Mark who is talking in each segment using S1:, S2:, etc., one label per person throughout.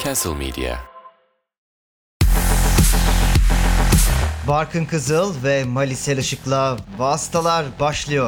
S1: Castle Media.
S2: Barkın Kızıl ve Malisel Işık'la Vastalar başlıyor.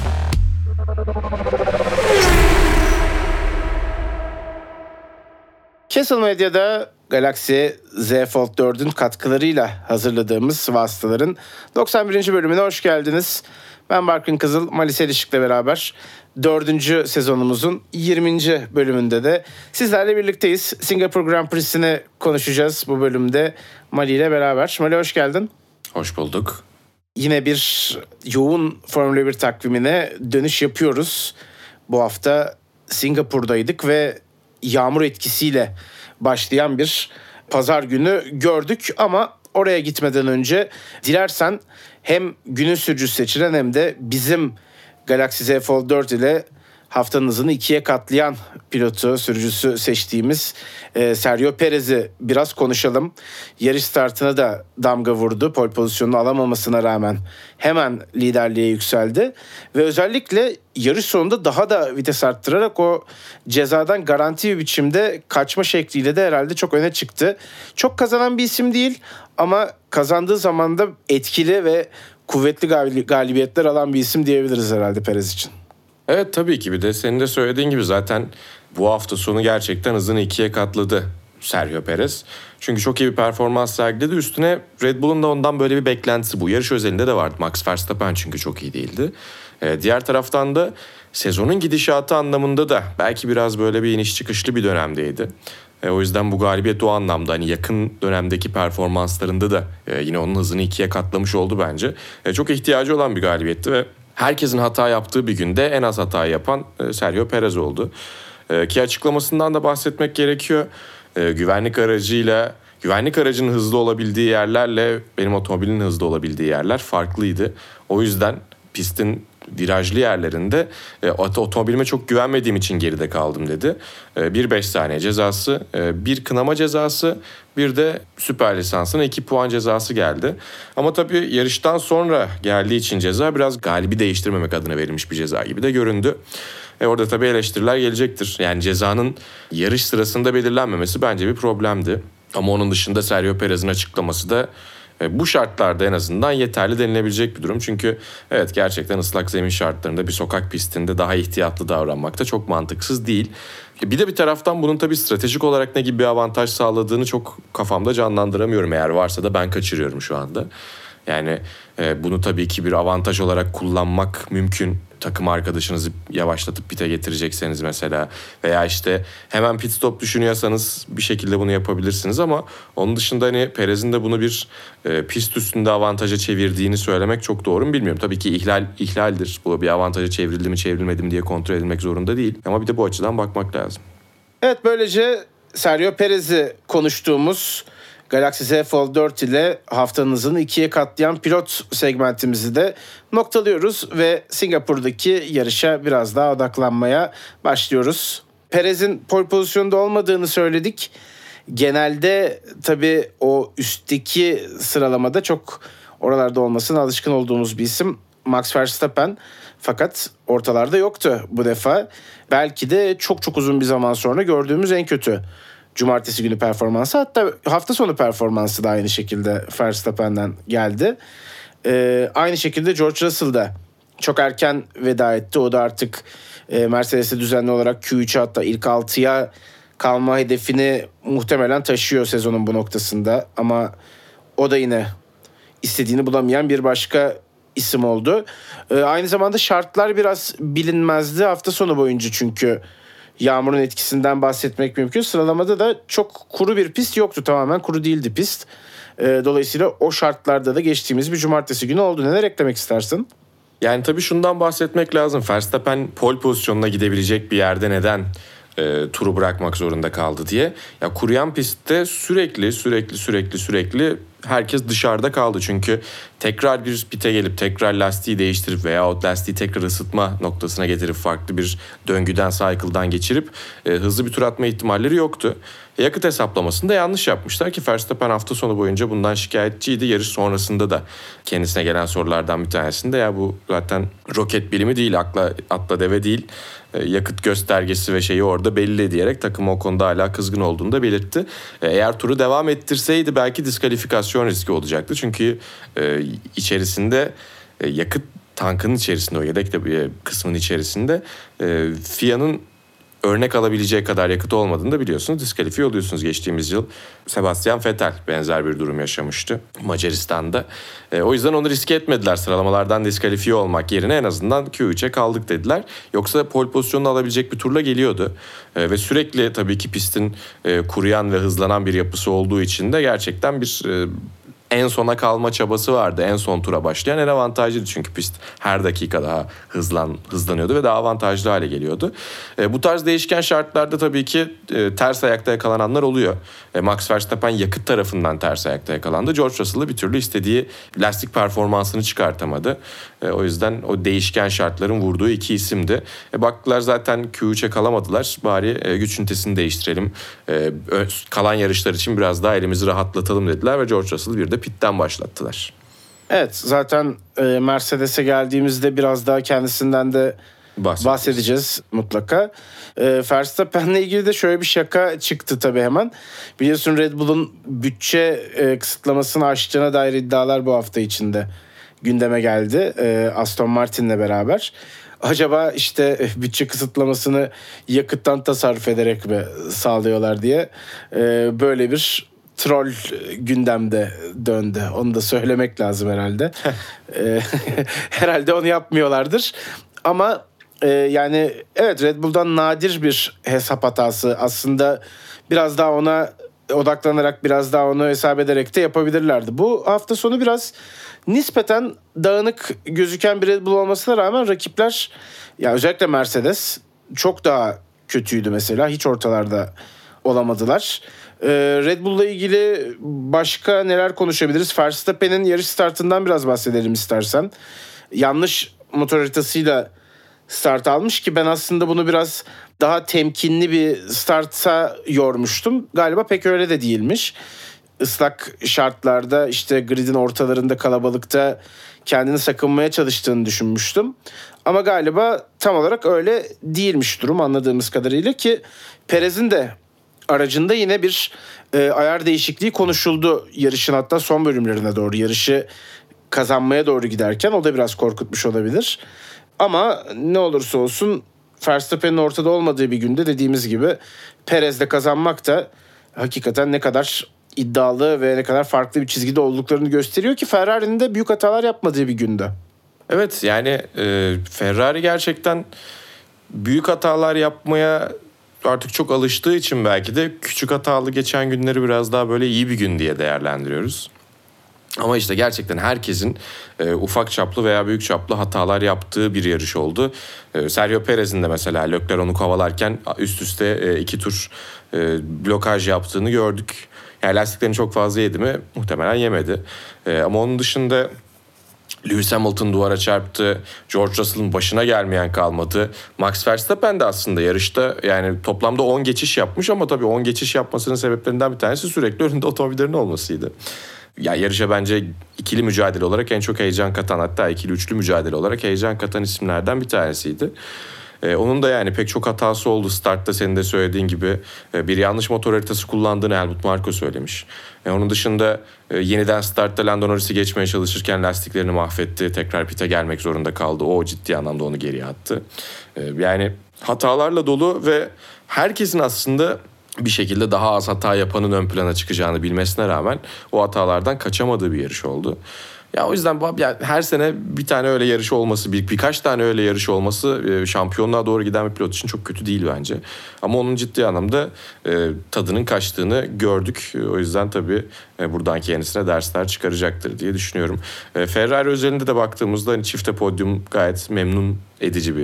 S3: Castle Medya'da Galaxy Z Fold 4'ün katkılarıyla hazırladığımız Vastaların 91. bölümüne hoş geldiniz. Ben Barkın Kızıl, Malisel Işık'la beraber 4. sezonumuzun 20. bölümünde de sizlerle birlikteyiz. Singapur Grand Prix'sini konuşacağız bu bölümde Mali ile beraber. Mali hoş geldin.
S1: Hoş bulduk.
S3: Yine bir yoğun Formula 1 takvimine dönüş yapıyoruz. Bu hafta Singapur'daydık ve yağmur etkisiyle başlayan bir pazar günü gördük ama oraya gitmeden önce dilersen hem günün sürücüsü seçilen hem de bizim Galaxy Z Fold 4 ile haftanın hızını ikiye katlayan pilotu, sürücüsü seçtiğimiz Sergio Perez'i biraz konuşalım. Yarış startına da damga vurdu. Pole pozisyonunu alamamasına rağmen hemen liderliğe yükseldi. Ve özellikle yarış sonunda daha da vites arttırarak o cezadan garanti bir biçimde kaçma şekliyle de herhalde çok öne çıktı. Çok kazanan bir isim değil ama kazandığı zaman da etkili ve kuvvetli galibiyetler alan bir isim diyebiliriz herhalde Perez için.
S1: Evet, tabii ki. Bir de senin de söylediğin gibi zaten bu hafta sonu gerçekten hızını ikiye katladı Sergio Perez. Çünkü çok iyi bir performans sergiledi. Üstüne Red Bull'un da ondan böyle bir beklentisi bu. Yarış özelinde de vardı. Max Verstappen çünkü çok iyi değildi. Diğer taraftan da sezonun gidişatı anlamında da belki biraz böyle bir iniş çıkışlı bir dönemdeydi. O yüzden bu galibiyet o anlamda hani yakın dönemdeki performanslarında da yine onun hızını ikiye katlamış oldu bence. Çok ihtiyacı olan bir galibiyetti ve herkesin hata yaptığı bir günde en az hata yapan Sergio Perez oldu. Ki açıklamasından da bahsetmek gerekiyor. Güvenlik aracının hızlı olabildiği yerlerle benim otomobilin hızlı olabildiği yerler farklıydı. O yüzden pistin virajlı yerlerinde otomobilime çok güvenmediğim için geride kaldım dedi. Bir 5 saniye cezası, bir kınama cezası, bir de süper lisansına 2 puan cezası geldi. Ama tabii yarıştan sonra geldiği için ceza biraz galibi değiştirmemek adına verilmiş bir ceza gibi de göründü. Orada tabii eleştiriler gelecektir. Yani cezanın yarış sırasında belirlenmemesi bence bir problemdi. Ama onun dışında Sergio Perez'in açıklaması da bu şartlarda en azından yeterli denilebilecek bir durum. Çünkü evet, gerçekten ıslak zemin şartlarında bir sokak pistinde daha ihtiyatlı davranmak da çok mantıksız değil. Bir de bir taraftan bunun tabii stratejik olarak ne gibi bir avantaj sağladığını çok kafamda canlandıramıyorum. Eğer varsa da ben kaçırıyorum şu anda. Yani bunu tabii ki bir avantaj olarak kullanmak mümkün. Takım arkadaşınızı yavaşlatıp pite getirecekseniz mesela veya işte hemen pit stop düşünüyorsanız bir şekilde bunu yapabilirsiniz ama onun dışında hani Perez'in de bunu bir pist üstünde avantaja çevirdiğini söylemek çok doğru mu bilmiyorum. Tabii ki ihlaldir. Bu bir avantaja çevrildi mi çevrilmedi mi diye kontrol edilmek zorunda değil ama bir de bu açıdan bakmak lazım.
S3: Evet, böylece Sergio Perez'i konuştuğumuz Galaxy Z Fold 4 ile haftanın hızını ikiye katlayan pilot segmentimizi de noktalıyoruz ve Singapur'daki yarışa biraz daha odaklanmaya başlıyoruz. Perez'in pole pozisyonda olmadığını söyledik. Genelde tabii o üstteki sıralamada çok oralarda olmasına alışkın olduğumuz bir isim Max Verstappen. Fakat ortalarda yoktu bu defa. Belki de çok uzun bir zaman sonra gördüğümüz en kötü cumartesi günü performansı, hatta hafta sonu performansı da aynı şekilde Verstappen'den geldi. Aynı şekilde George Russell da çok erken veda etti. O da artık Mercedes'e düzenli olarak Q3'e hatta ilk 6'ya kalma hedefini muhtemelen taşıyor sezonun bu noktasında. Ama o da yine istediğini bulamayan bir başka isim oldu. Aynı zamanda şartlar biraz bilinmezdi hafta sonu boyunca çünkü yağmurun etkisinden bahsetmek mümkün. Sıralamada da çok kuru bir pist yoktu. Tamamen kuru değildi pist. Dolayısıyla o şartlarda da geçtiğimiz bir cumartesi günü oldu. Neler eklemek istersin?
S1: Yani tabii şundan bahsetmek lazım. Verstappen pole pozisyonuna gidebilecek bir yerde neden turu bırakmak zorunda kaldı diye. Ya kuruyan pistte sürekli herkes dışarıda kaldı. Çünkü tekrar bir pite gelip tekrar lastiği değiştirip veya lastiği tekrar ısıtma noktasına getirip farklı bir döngüden, cycle'dan geçirip hızlı bir tur atma ihtimalleri yoktu. Yakıt hesaplamasında yanlış yapmışlar ki Verstappen hafta sonu boyunca bundan şikayetçiydi. Yarış sonrasında da kendisine gelen sorulardan bir tanesinde ya bu zaten roket bilimi değil, atla deve değil. Yakıt göstergesi ve şeyi orada belli diyerek takım o konuda hala kızgın olduğunu da belirtti. Eğer turu devam ettirseydi belki diskalifikasyon riski olacaktı. Çünkü içerisinde yakıt tankının içerisinde, o yedek kısmının içerisinde FIA'nın örnek alabileceği kadar yakıt olmadığını da biliyorsunuz. Diskalifiye oluyorsunuz. Geçtiğimiz yıl Sebastian Vettel benzer bir durum yaşamıştı Macaristan'da. O yüzden onu riske etmediler. Sıralamalardan diskalifiye olmak yerine en azından Q3'e kaldık dediler. Yoksa pole pozisyonunu alabilecek bir turla geliyordu. Ve sürekli tabii ki pistin kuruyan ve hızlanan bir yapısı olduğu için de gerçekten bir en sona kalma çabası vardı. En son tura başlayan en avantajlıydı. Çünkü pist her dakika daha hızlanıyordu ve daha avantajlı hale geliyordu. Bu tarz değişken şartlarda tabii ki ters ayakta yakalananlar oluyor. Max Verstappen yakıt tarafından ters ayakta yakalandı. George Russell'ı bir türlü istediği lastik performansını çıkartamadı. O yüzden o değişken şartların vurduğu iki isimdi. Baktılar zaten Q3'e kalamadılar. Bari güç ünitesini değiştirelim. Kalan yarışlar için biraz daha elimizi rahatlatalım dediler ve George Russell'ı bir de pitten başlattılar.
S3: Evet, zaten Mercedes'e geldiğimizde biraz daha kendisinden de bahsedeceğiz mutlaka. Verstappen'le ilgili de şöyle bir şaka çıktı tabii hemen. Biliyorsun Red Bull'un bütçe kısıtlamasını aştığına dair iddialar bu hafta içinde gündeme geldi. Aston Martin'le beraber. Acaba işte bütçe kısıtlamasını yakıttan tasarruf ederek mi sağlıyorlar diye böyle bir troll gündemde döndü. Onu da söylemek lazım herhalde. Herhalde onu yapmıyorlardır. Ama yani evet, Red Bull'dan nadir bir hesap hatası. Aslında biraz daha ona odaklanarak, biraz daha onu hesap ederek de yapabilirlerdi. Bu hafta sonu biraz nispeten dağınık gözüken bir Red Bull olmasına rağmen rakipler, ya özellikle Mercedes çok daha kötüydü mesela. Hiç ortalarda olamadılar. Red Bull'la ilgili başka neler konuşabiliriz? Verstappen'in yarış startından biraz bahsedelim istersen. Yanlış motor haritasıyla start almış ki ben aslında bunu biraz daha temkinli bir starta yormuştum. Galiba pek öyle de değilmiş. Islak şartlarda işte gridin ortalarında, kalabalıkta kendini sakınmaya çalıştığını düşünmüştüm. Ama galiba tam olarak öyle değilmiş durum anladığımız kadarıyla ki Perez'in de aracında yine bir ayar değişikliği konuşuldu yarışın hatta son bölümlerine doğru, yarışı kazanmaya doğru giderken. O da biraz korkutmuş olabilir. Ama ne olursa olsun Verstappen'in ortada olmadığı bir günde dediğimiz gibi Perez'le kazanmak da hakikaten ne kadar iddialı ve ne kadar farklı bir çizgide olduklarını gösteriyor ki Ferrari'nin de büyük hatalar yapmadığı bir günde.
S1: Evet, yani Ferrari gerçekten büyük hatalar yapmaya artık çok alıştığı için belki de küçük hatalı geçen günleri biraz daha böyle iyi bir gün diye değerlendiriyoruz. Ama işte gerçekten herkesin ufak çaplı veya büyük çaplı hatalar yaptığı bir yarış oldu. Sergio Perez'in de mesela Leclerc onu kovalarken üst üste 2 tur blokaj yaptığını gördük. Yani lastiklerini çok fazla yedi mi? Muhtemelen yemedi. Ama onun dışında Lewis Hamilton duvara çarptı. George Russell'ın başına gelmeyen kalmadı. Max Verstappen de aslında yarışta yani toplamda 10 geçiş yapmış ama tabii 10 geçiş yapmasının sebeplerinden bir tanesi sürekli önünde otomobillerin olmasıydı. Ya yarışa bence ikili mücadele olarak en çok heyecan katan, hatta ikili üçlü mücadele olarak heyecan katan isimlerden bir tanesiydi. Onun da yani pek çok hatası oldu. Startta senin de söylediğin gibi bir yanlış motor haritası kullandığını Helmut Marko söylemiş. Onun dışında yeniden startta Lando Norris'i geçmeye çalışırken lastiklerini mahvetti. Tekrar pite gelmek zorunda kaldı. O ciddi anlamda onu geriye attı. Yani hatalarla dolu ve herkesin aslında bir şekilde daha az hata yapanın ön plana çıkacağını bilmesine rağmen o hatalardan kaçamadığı bir yarış oldu. Ya o yüzden her sene bir tane öyle yarış olması, birkaç tane öyle yarış olması şampiyonluğa doğru giden bir pilot için çok kötü değil bence. Ama onun ciddi anlamda tadının kaçtığını gördük. O yüzden tabii buradan kendisine dersler çıkaracaktır diye düşünüyorum. Ferrari özelinde de baktığımızda hani çifte podyum gayet memnun edici bir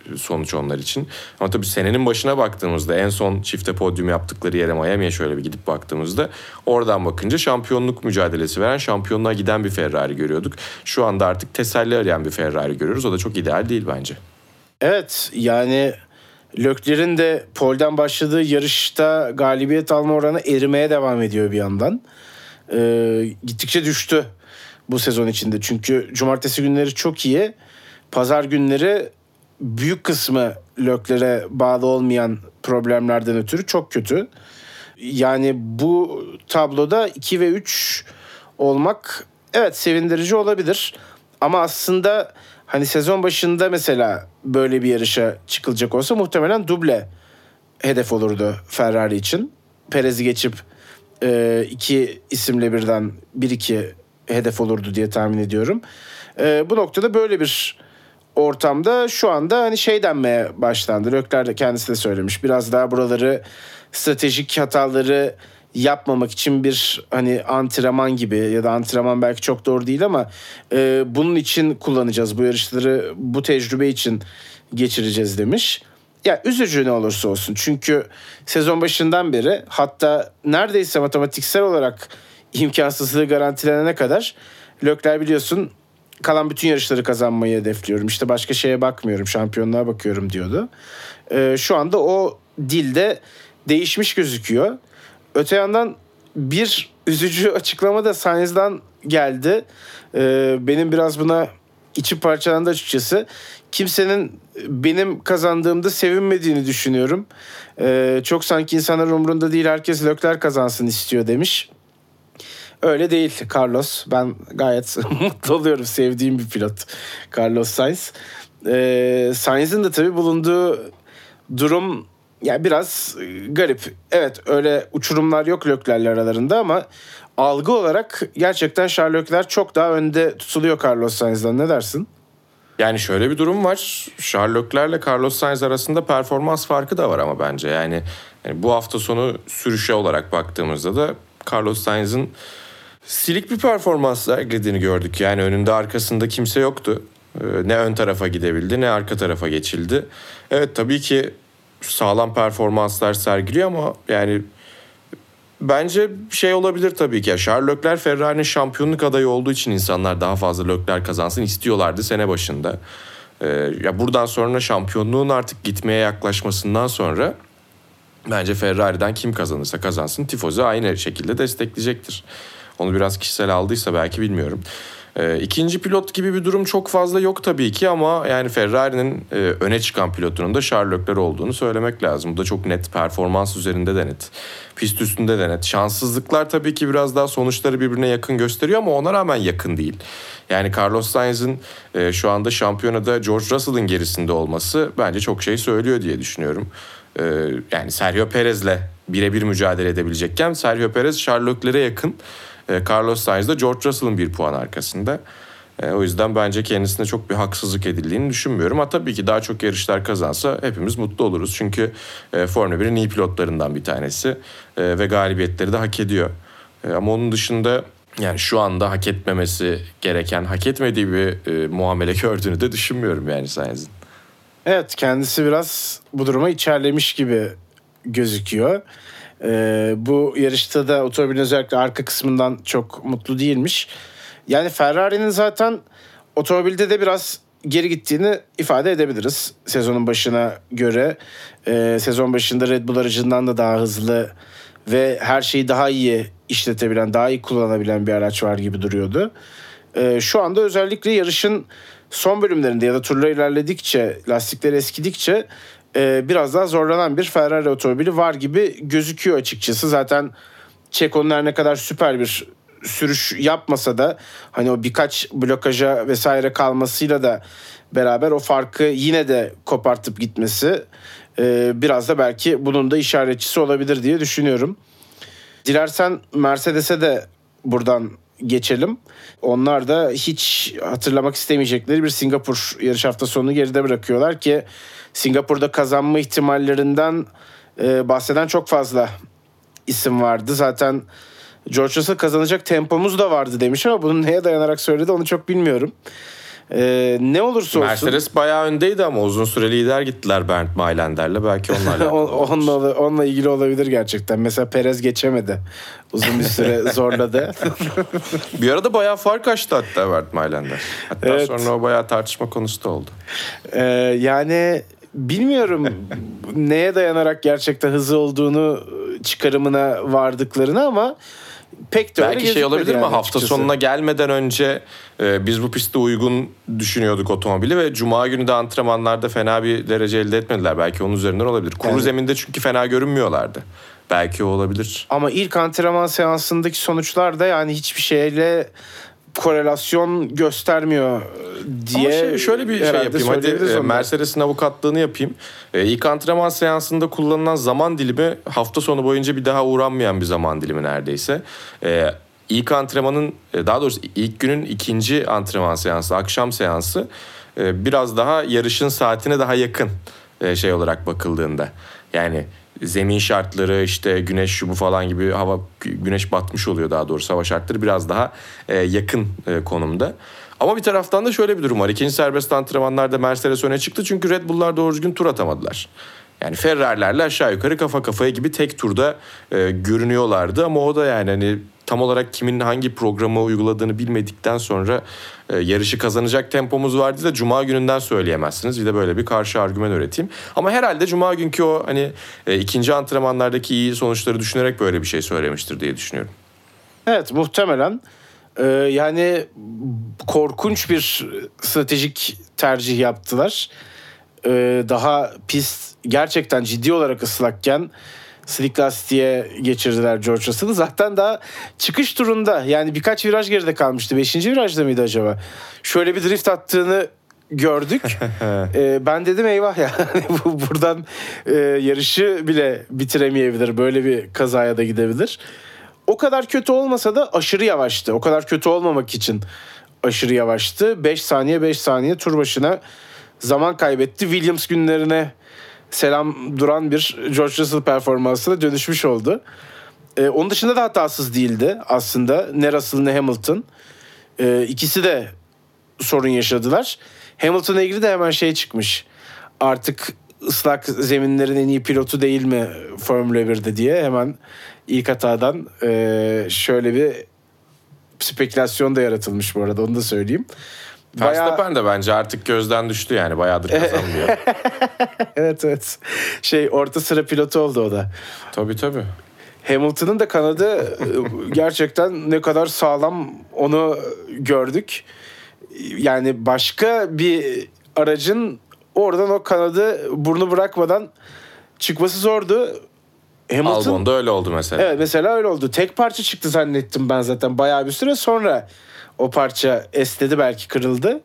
S1: sonuç onlar için. Ama tabii senenin başına baktığımızda en son çifte podyum yaptıkları yere Miami'ye şöyle bir gidip baktığımızda oradan bakınca şampiyonluk mücadelesi veren, şampiyonluğa giden bir Ferrari görüyorduk. Şu anda artık teselli arayan bir Ferrari görüyoruz. O da çok ideal değil bence.
S3: Evet, yani Leclerc'in de pole'den başladığı yarışta galibiyet alma oranı erimeye devam ediyor bir yandan. Gittikçe düştü bu sezon içinde. Çünkü cumartesi günleri çok iyi. Pazar günleri büyük kısmı Leclerc'e bağlı olmayan problemlerden ötürü çok kötü. Yani bu tabloda 2 ve 3 olmak evet sevindirici olabilir. Ama aslında hani sezon başında mesela böyle bir yarışa çıkılacak olsa muhtemelen duble hedef olurdu Ferrari için. Perez'i geçip iki isimle birden 1-2 hedef olurdu diye tahmin ediyorum. Bu noktada böyle bir ortamda şu anda hani şey denmeye başlandı. Leclerc de kendisi de söylemiş. Biraz daha buraları stratejik hataları yapmamak için bir hani antrenman gibi, ya da antrenman belki çok doğru değil ama bunun için kullanacağız. Bu yarışları bu tecrübe için geçireceğiz demiş. Ya üzücü ne olursa olsun. Çünkü sezon başından beri, hatta neredeyse matematiksel olarak imkansızlığı garantilenene kadar Leclerc biliyorsun kalan bütün yarışları kazanmayı hedefliyorum. İşte başka şeye bakmıyorum, şampiyonluğa bakıyorum diyordu. Şu anda o dilde değişmiş gözüküyor. Öte yandan bir üzücü açıklama da Sainz'dan geldi. Benim biraz buna içim parçalandı açıkçası. Kimsenin benim kazandığımda sevinmediğini düşünüyorum. Çok sanki insanlar umurunda değil, herkes Leclerc kazansın istiyor demiş. Öyle değil Carlos. Ben gayet mutlu oluyorum. Sevdiğim bir pilot Carlos Sainz. Sainz'in de tabii bulunduğu durum ya biraz garip. Evet, öyle uçurumlar yok Leclerc'le aralarında ama algı olarak gerçekten Charles Leclerc çok daha önde tutuluyor Carlos Sainz'dan. Ne dersin?
S1: Yani şöyle bir durum var. Charles Leclerc'le Carlos Sainz arasında performans farkı da var ama bence. Yani bu hafta sonu sürüşe olarak baktığımızda da Carlos Sainz'in silik bir performans sergilediğini gördük. Yani önünde arkasında kimse yoktu. Ne ön tarafa gidebildi ne arka tarafa geçildi. Evet, tabii ki sağlam performanslar sergiliyor ama yani bence şey olabilir tabii ki. Charles Leclerc Ferrari'nin şampiyonluk adayı olduğu için insanlar daha fazla Leclerc kazansın istiyorlardı sene başında. Ya buradan sonra şampiyonluğun artık gitmeye yaklaşmasından sonra bence Ferrari'den kim kazanırsa kazansın tifozi aynı şekilde destekleyecektir. Onu biraz kişisel aldıysa belki, bilmiyorum. İkinci pilot gibi bir durum çok fazla yok tabii ki ama yani Ferrari'nin öne çıkan pilotunun da Charles Leclerc olduğunu söylemek lazım. Bu da çok net, performans üzerinde de net, pist üstünde de net. Şanssızlıklar tabii ki biraz daha sonuçları birbirine yakın gösteriyor ama ona rağmen yakın değil. Yani Carlos Sainz'in şu anda şampiyonada George Russell'ın gerisinde olması bence çok şey söylüyor diye düşünüyorum. Yani Sergio Perez'le birebir mücadele edebilecekken Sergio Perez Charles Leclerc'e yakın. Carlos Sainz de George Russell'ın 1 puan arkasında. O yüzden bence kendisine çok bir haksızlık edildiğini düşünmüyorum. Ama tabii ki daha çok yarışlar kazansa hepimiz mutlu oluruz. Çünkü Formula 1'in iyi pilotlarından bir tanesi ve galibiyetleri de hak ediyor. Ama onun dışında yani şu anda hak etmemesi gereken, hak etmediği bir muamele gördüğünü de düşünmüyorum yani Sainz'in.
S3: Evet, kendisi biraz bu duruma içerlemiş gibi gözüküyor. Bu yarışta da otomobilin özellikle arka kısmından çok mutlu değilmiş. Yani Ferrari'nin zaten otomobilde de biraz geri gittiğini ifade edebiliriz sezonun başına göre. Sezon başında Red Bull aracından da daha hızlı ve her şeyi daha iyi işletebilen, daha iyi kullanabilen bir araç var gibi duruyordu. Şu anda özellikle yarışın son bölümlerinde ya da turlar ilerledikçe, lastikler eskidikçe biraz daha zorlanan bir Ferrari otomobili var gibi gözüküyor açıkçası. Zaten Checo'nun her ne kadar süper bir sürüş yapmasa da hani o birkaç blokaja vesaire kalmasıyla da beraber o farkı yine de kopartıp gitmesi biraz da belki bunun da işaretçisi olabilir diye düşünüyorum. Dilersen Mercedes'e de buradan geçelim. Onlar da hiç hatırlamak istemeyecekleri bir Singapur yarış hafta sonunu geride bırakıyorlar ki Singapur'da kazanma ihtimallerinden bahseden çok fazla isim vardı. Zaten George Russell kazanacak tempomuz da vardı demiş ama bunun neye dayanarak söyledi onu çok bilmiyorum. Ne olursa olsun.
S1: Mercedes bayağı öndeydi ama uzun süre lider gittiler Bernd Maylander'le. Belki onlarla.
S3: Onunla ilgili olabilir gerçekten. Mesela Perez geçemedi. Uzun bir süre zorladı.
S1: Bir arada bayağı fark açtı hatta Bernd Maylander. Hatta
S3: Evet.
S1: sonra o bayağı tartışma konusu da oldu.
S3: Yani bilmiyorum neye dayanarak gerçekten hızlı olduğunu çıkarımına vardıklarını ama pek de öyle
S1: Belki şey olabilir mi?
S3: yani
S1: Hafta
S3: açıkçası.
S1: sonuna gelmeden önce biz bu pistte uygun düşünüyorduk otomobili ve Cuma günü de antrenmanlarda fena bir derece elde etmediler. Belki onun üzerinden olabilir. Kuru
S3: Yani-
S1: zeminde çünkü fena görünmüyorlardı. Belki o olabilir.
S3: Ama ilk antrenman seansındaki sonuçlar da yani hiçbir şeyle korelasyon göstermiyor diye.
S1: Ama şöyle bir şey
S3: herhalde
S1: yapayım. Hadi
S3: söyleyebiliriz onu.
S1: Mercedes'in avukatlığını yapayım. İlk antrenman seansında kullanılan zaman dilimi hafta sonu boyunca bir daha uğranmayan bir zaman dilimi neredeyse. İlk antrenmanın daha doğrusu ilk günün ikinci antrenman seansı, akşam seansı biraz daha yarışın saatine daha yakın şey olarak bakıldığında. Yani zemin şartları işte güneş şu bu falan gibi güneş batmış oluyor daha doğrusu hava şartları biraz daha yakın konumda. Ama bir taraftan da şöyle bir durum var. İkinci serbest antrenmanlarda Mercedes öne çıktı çünkü Red Bull'lar doğru düzgün tur atamadılar. Yani Ferrari'lerle aşağı yukarı kafa kafaya gibi tek turda görünüyorlardı ama o da yani hani tam olarak kimin hangi programı uyguladığını bilmedikten sonra yarışı kazanacak tempomuz vardı da Cuma gününden söyleyemezsiniz. Bir de böyle bir karşı argüman üreteyim. Ama herhalde Cuma günkü o hani ikinci antrenmanlardaki iyi sonuçları düşünerek böyle bir şey söylemiştir diye düşünüyorum.
S3: Evet muhtemelen. Yani korkunç bir stratejik tercih yaptılar. Daha pist gerçekten ciddi olarak ıslakken slick lastiğe geçirdiler George Russell'ı. Zaten daha çıkış turunda yani birkaç viraj geride kalmıştı. 5. virajda mıydı acaba? Şöyle bir drift attığını gördük. Ben dedim eyvah ya buradan yarışı bile bitiremeyebilir. Böyle bir kazaya da gidebilir. O kadar kötü olmasa da aşırı yavaştı. O kadar kötü olmamak için aşırı yavaştı. 5 saniye tur başına zaman kaybetti. Williams günlerine selam duran bir George Russell performansına dönüşmüş oldu. Onun dışında da hatasız değildi aslında. Ne Russell ne Hamilton. İkisi de sorun yaşadılar. Hamilton'la ilgili de hemen şey çıkmış. Artık ıslak zeminlerin en iyi pilotu değil mi Formula 1'de diye hemen ilk hatadan şöyle bir spekülasyon da yaratılmış bu arada onu da söyleyeyim.
S1: Verstappen de bence artık gözden düştü yani bayağıdır kazanmıyor.
S3: Evet. Orta sıra pilotu oldu o da.
S1: Tabii.
S3: Hamilton'ın da kanadı gerçekten ne kadar sağlam onu gördük. Yani başka bir aracın oradan o kanadı burnu bırakmadan çıkması zordu.
S1: Albon'da öyle oldu mesela.
S3: Evet mesela öyle oldu. Tek parça çıktı zannettim ben zaten bayağı bir süre sonra o parça esnedi belki kırıldı.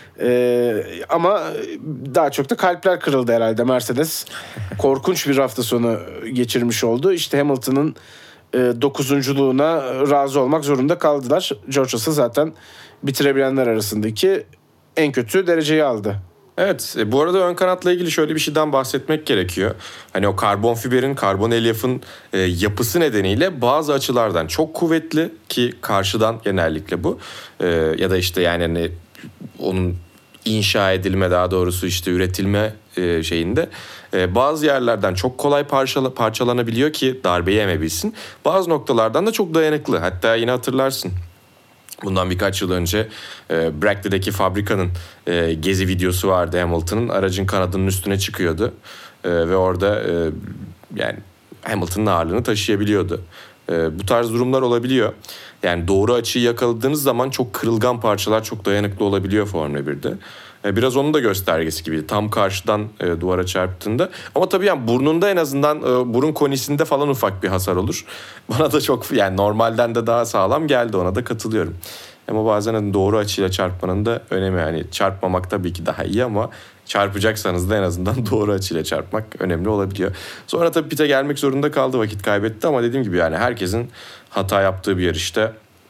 S3: Ama daha çok da kalpler kırıldı herhalde. Mercedes korkunç bir hafta sonu geçirmiş oldu. İşte Hamilton'ın 9'unculuğuna razı olmak zorunda kaldılar. George Russell zaten bitirebilenler arasındaki en kötü dereceyi aldı.
S1: Evet, bu arada ön kanatla ilgili şöyle bir şeyden bahsetmek gerekiyor. Hani o karbon fiberin, karbon elyafın yapısı nedeniyle bazı açılardan çok kuvvetli ki karşıdan genellikle bu. Ya da işte yani hani onun inşa edilme daha doğrusu işte üretilme şeyinde bazı yerlerden çok kolay parçalanabiliyor ki darbeyi emebilsin. Bazı noktalardan da çok dayanıklı. Hatta yine hatırlarsın. Bundan birkaç yıl önce Brackley'deki fabrikanın gezi videosu vardı Hamilton'ın. Aracın kanadının üstüne çıkıyordu. Ve orada yani Hamilton'ın ağırlığını taşıyabiliyordu. Bu tarz durumlar olabiliyor. Yani doğru açıyı yakaladığınız zaman çok kırılgan parçalar çok dayanıklı olabiliyor Formula 1'de. Biraz onun da göstergesi gibiydi. Tam karşıdan duvara çarptığında. Ama tabii yani burnunda en azından burun konisinde falan ufak bir hasar olur. Bana da çok yani normalden de daha sağlam geldi, ona da katılıyorum. Ama bazen hani doğru açıyla çarpmanın da önemi, yani çarpmamak tabii ki daha iyi ama çarpacaksanız da en azından doğru açıyla çarpmak önemli olabiliyor. Sonra tabii pite gelmek zorunda kaldı, vakit kaybetti ama dediğim gibi yani herkesin hata yaptığı bir yarışta.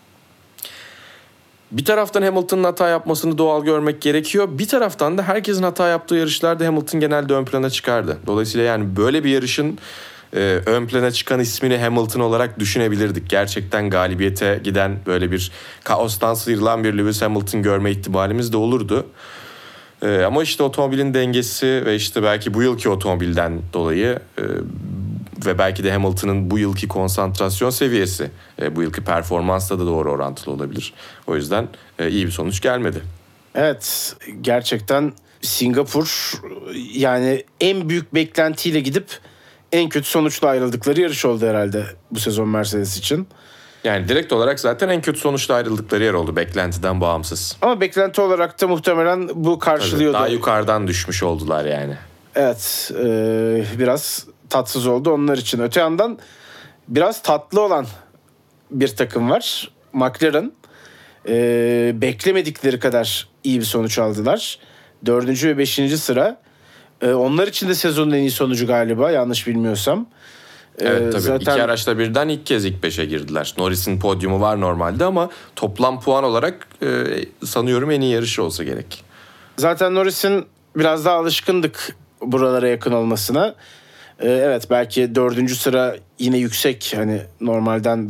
S1: Bir taraftan Hamilton'ın hata yapmasını doğal görmek gerekiyor. Bir taraftan da herkesin hata yaptığı yarışlarda Hamilton genelde ön plana çıkardı. Dolayısıyla yani böyle bir yarışın ön plana çıkan ismini Hamilton olarak düşünebilirdik. Gerçekten galibiyete giden böyle bir kaostan sıyrılan bir Lewis Hamilton görme ihtimalimiz de olurdu. Ama işte otomobilin dengesi ve işte belki bu yılki otomobilden dolayı ve belki de Hamilton'ın bu yılki konsantrasyon seviyesi bu yılki performansla da doğru orantılı olabilir. O yüzden iyi bir sonuç gelmedi.
S3: Evet, gerçekten Singapur yani en büyük beklentiyle gidip en kötü sonuçla ayrıldıkları yarış oldu herhalde bu sezon Mercedes için.
S1: Yani direkt olarak zaten en kötü sonuçta ayrıldıkları yer oldu beklentiden bağımsız.
S3: Ama beklenti olarak da muhtemelen bu karşılıyordu.
S1: Tabii, daha yukarıdan düşmüş oldular yani.
S3: Evet, biraz tatsız oldu onlar için. Öte yandan biraz tatlı olan bir takım var. McLaren. Beklemedikleri kadar iyi bir sonuç aldılar. 4. ve 5. sıra. Onlar için de sezonun en iyi sonucu galiba, yanlış bilmiyorsam.
S1: Evet tabii. Zaten... İki araçta birden ilk kez ilk 5'e girdiler. Norris'in podyumu var normalde ama toplam puan olarak sanıyorum en iyi yarışı olsa gerek.
S3: Zaten Norris'in biraz daha alışkındık buralara yakın olmasına. Evet, belki 4. sıra yine yüksek, hani normalden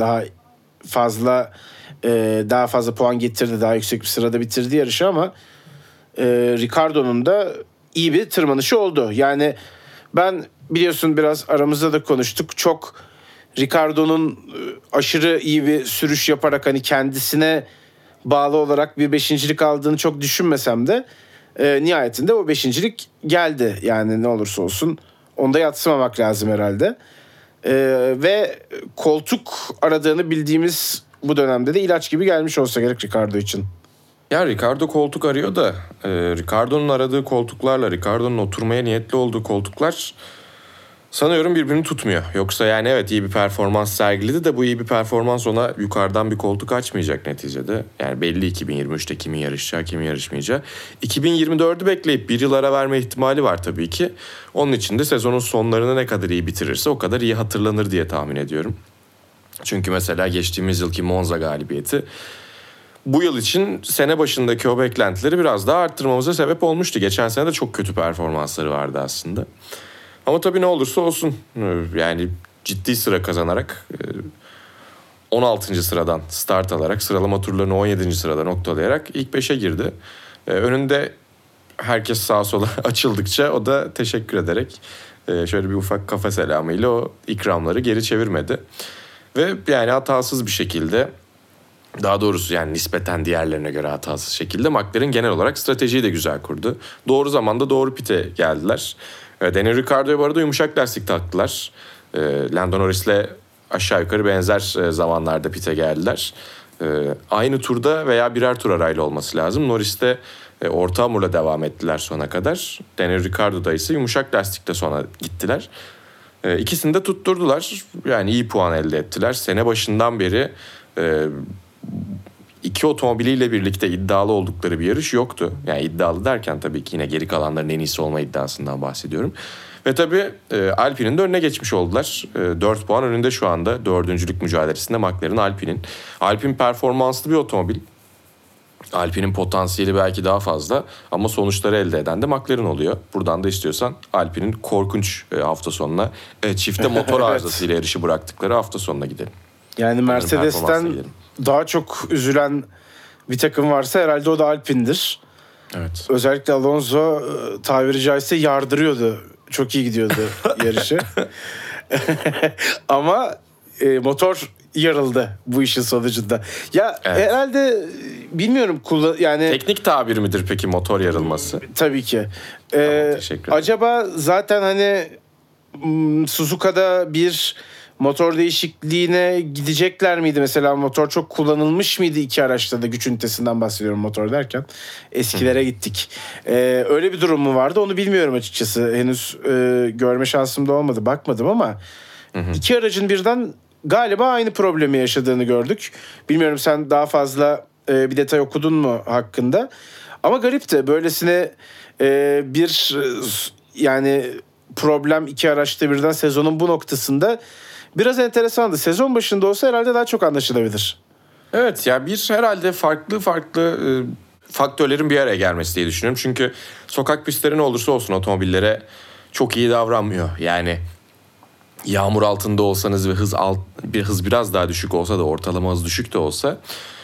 S3: daha fazla puan getirdi, daha yüksek bir sırada bitirdi yarışı ama Ricciardo'nun da iyi bir tırmanışı oldu. Yani ben biliyorsun biraz aramızda da konuştuk. Çok Ricciardo'nun aşırı iyi bir sürüş yaparak hani kendisine bağlı olarak bir beşincilik aldığını çok düşünmesem de nihayetinde o beşincilik geldi. Yani ne olursa olsun onda yadsımamak lazım herhalde. Ve koltuk aradığını bildiğimiz bu dönemde de ilaç gibi gelmiş olsa gerek Ricciardo için.
S1: Ya Ricciardo koltuk arıyor da Ricciardo'nun aradığı koltuklarla Ricciardo'nun oturmaya niyetli olduğu koltuklar sanıyorum birbirini tutmuyor. Yoksa yani evet iyi bir performans sergiledi de bu iyi bir performans ona yukarıdan bir koltuk açmayacak neticede. Yani belli 2023'te kimin yarışacağı, kimin yarışmayacağı. 2024'ü bekleyip bir yıl ara verme ihtimali var tabii ki. Onun için de sezonun sonlarını ne kadar iyi bitirirse o kadar iyi hatırlanır diye tahmin ediyorum. Çünkü mesela geçtiğimiz yılki Monza galibiyeti bu yıl için sene başındaki o beklentileri biraz daha arttırmamıza sebep olmuştu. Geçen sene de çok kötü performansları vardı aslında. Ama tabii ne olursa olsun yani ciddi sıra kazanarak 16. sıradan start alarak sıralama turlarını 17. sırada noktalayarak ilk 5'e girdi. Önünde herkes sağa sola açıldıkça o da teşekkür ederek şöyle bir ufak kafa selamıyla o ikramları geri çevirmedi. Ve yani hatasız bir şekilde, daha doğrusu yani nispeten diğerlerine göre hatasız şekilde McLaren genel olarak stratejiyi de güzel kurdu. Doğru zamanda doğru pite geldiler. Daniel Ricciardo'ya bu arada yumuşak lastik taktılar. Lando Norris'le aşağı yukarı benzer zamanlarda pite geldiler. Aynı turda veya birer tur arayla olması lazım. Norris'te orta hamurla devam ettiler sona kadar. Daniel Ricciardo'da ise yumuşak lastikle sona gittiler. İkisini de tutturdular. Yani iyi puan elde ettiler. Sene başından beri iki otomobiliyle birlikte iddialı oldukları bir yarış yoktu. Yani iddialı derken tabii ki yine geri kalanların en iyisi olma iddiasından bahsediyorum. Ve tabii Alpine'in de önüne geçmiş oldular. 4 puan önünde şu anda dördüncülük mücadelesinde McLaren Alpine'in. Alpine performanslı bir otomobil. Alpine'in potansiyeli belki daha fazla ama sonuçları elde eden de McLaren oluyor. Buradan da istiyorsan Alpine'in korkunç hafta sonuna çifte motor arızasıyla yarışı bıraktıkları hafta sonuna gidelim.
S3: Yani Mercedes'ten daha çok üzülen bir takım varsa herhalde o da Alpine'dir.
S1: Evet.
S3: Özellikle Alonso tabiri caizse yardırıyordu. Çok iyi gidiyordu yarışı. Ama motor yarıldı bu işin sonucunda. Ya evet. Herhalde bilmiyorum yani
S1: teknik tabir midir peki motor yarılması?
S3: Tabii ki.
S1: Tamam, teşekkür ederim.
S3: Acaba zaten hani Suzuka'da bir motor değişikliğine gidecekler miydi? Mesela motor çok kullanılmış mıydı iki araçta da, güç ünitesinden bahsediyorum motor derken. Eskilere gittik. Öyle bir durum mu vardı? Onu bilmiyorum açıkçası. Henüz görme şansım da olmadı. Bakmadım ama iki aracın birden galiba aynı problemi yaşadığını gördük. Bilmiyorum, sen daha fazla bir detay okudun mu hakkında? Ama garipti. Böylesine bir yani problem iki araçta birden sezonun bu noktasında biraz enteresandı. Sezon başında olsa herhalde daha çok anlaşılabilir.
S1: Evet ya, bir herhalde farklı faktörlerin bir araya gelmesi diye düşünüyorum. Çünkü sokak pistleri ne olursa olsun otomobillere çok iyi davranmıyor. Yani yağmur altında olsanız ve hız biraz daha düşük olsa da, ortalama hız düşük de olsa,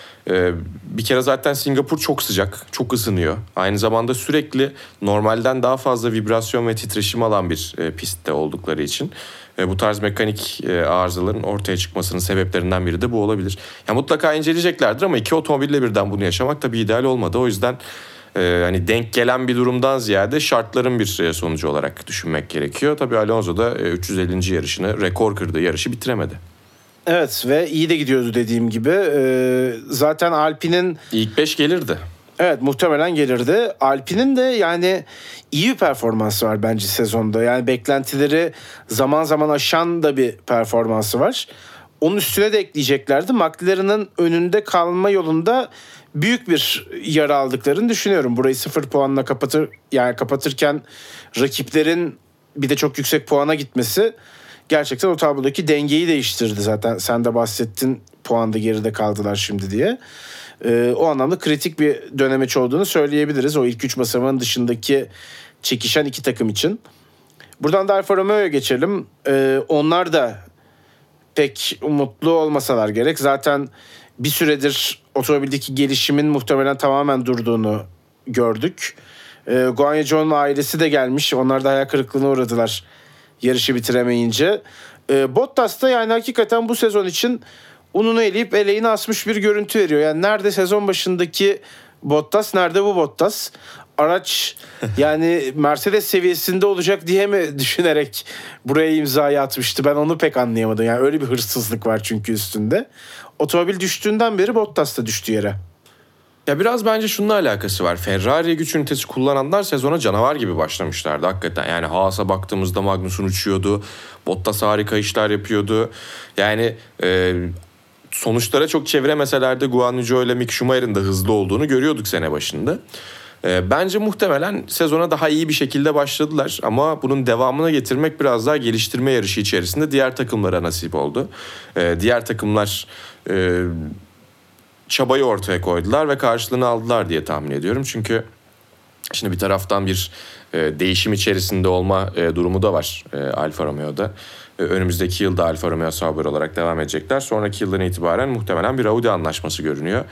S1: bir kere zaten Singapur çok sıcak, çok ısınıyor. Aynı zamanda sürekli normalden daha fazla vibrasyon ve titreşim alan bir pistte oldukları için bu tarz mekanik arızaların ortaya çıkmasının sebeplerinden biri de bu olabilir. Ya mutlaka inceleyeceklerdir ama iki otomobille birden bunu yaşamak tabii ideal olmadı. O yüzden hani denk gelen bir durumdan ziyade şartların bir sonucu olarak düşünmek gerekiyor. Tabii Alonso da 350. yarışını, rekor kırdığı yarışı bitiremedi.
S3: Evet ve iyi de gidiyordu dediğim gibi. Zaten Alpine'in...
S1: İlk 5 gelirdi.
S3: Evet, muhtemelen gelirdi. Alpine'in de yani iyi bir performansı var bence sezonda. Yani beklentileri zaman zaman aşan da bir performansı var. Onun üstüne de ekleyeceklerdi. McLaren'ın önünde kalma yolunda büyük bir yara aldıklarını düşünüyorum. Burayı 0 puanla kapatırken rakiplerin bir de çok yüksek puana gitmesi gerçekten o tablodaki dengeyi değiştirdi zaten. Sen de bahsettin, puanda geride kaldılar şimdi diye. O anlamda kritik bir dönemeç olduğunu söyleyebiliriz. O ilk 3 basamağın dışındaki çekişen iki takım için. Buradan da Alfa Romeo'ya geçelim. Onlar da pek umutlu olmasalar gerek. Zaten bir süredir otomobildeki gelişimin muhtemelen tamamen durduğunu gördük. Guan Yu Zhou'nun ailesi de gelmiş. Onlar da hayal kırıklığına uğradılar yarışı bitiremeyince. Bottas da yani hakikaten bu sezon için ununu eleyip eleğini asmış bir görüntü veriyor. Yani nerede sezon başındaki Bottas, nerede bu Bottas? Araç yani Mercedes seviyesinde olacak diye mi düşünerek buraya imzayı atmıştı? Ben onu pek anlayamadım. Yani öyle bir hırsızlık var çünkü üstünde. Otomobil düştüğünden beri Bottas da düştü yere.
S1: Ya biraz bence şununla alakası var. Ferrari güç ünitesi kullananlar sezona canavar gibi başlamışlardı hakikaten. Yani Haas'a baktığımızda Magnussen uçuyordu. Bottas harika işler yapıyordu. Yani sonuçlara çok çeviremeseler de Guan Yu Zhou ile Mick Schumacher'ın da hızlı olduğunu görüyorduk sene başında. Bence muhtemelen sezona daha iyi bir şekilde başladılar. Ama bunun devamına getirmek biraz daha geliştirme yarışı içerisinde diğer takımlara nasip oldu. Diğer takımlar çabayı ortaya koydular ve karşılığını aldılar diye tahmin ediyorum. Çünkü şimdi bir taraftan bir değişim içerisinde olma durumu da var Alfa Romeo'da. Önümüzdeki yılda Alfa Romeo Sauber olarak devam edecekler. Sonraki yıldan itibaren muhtemelen bir Audi anlaşması görünüyor.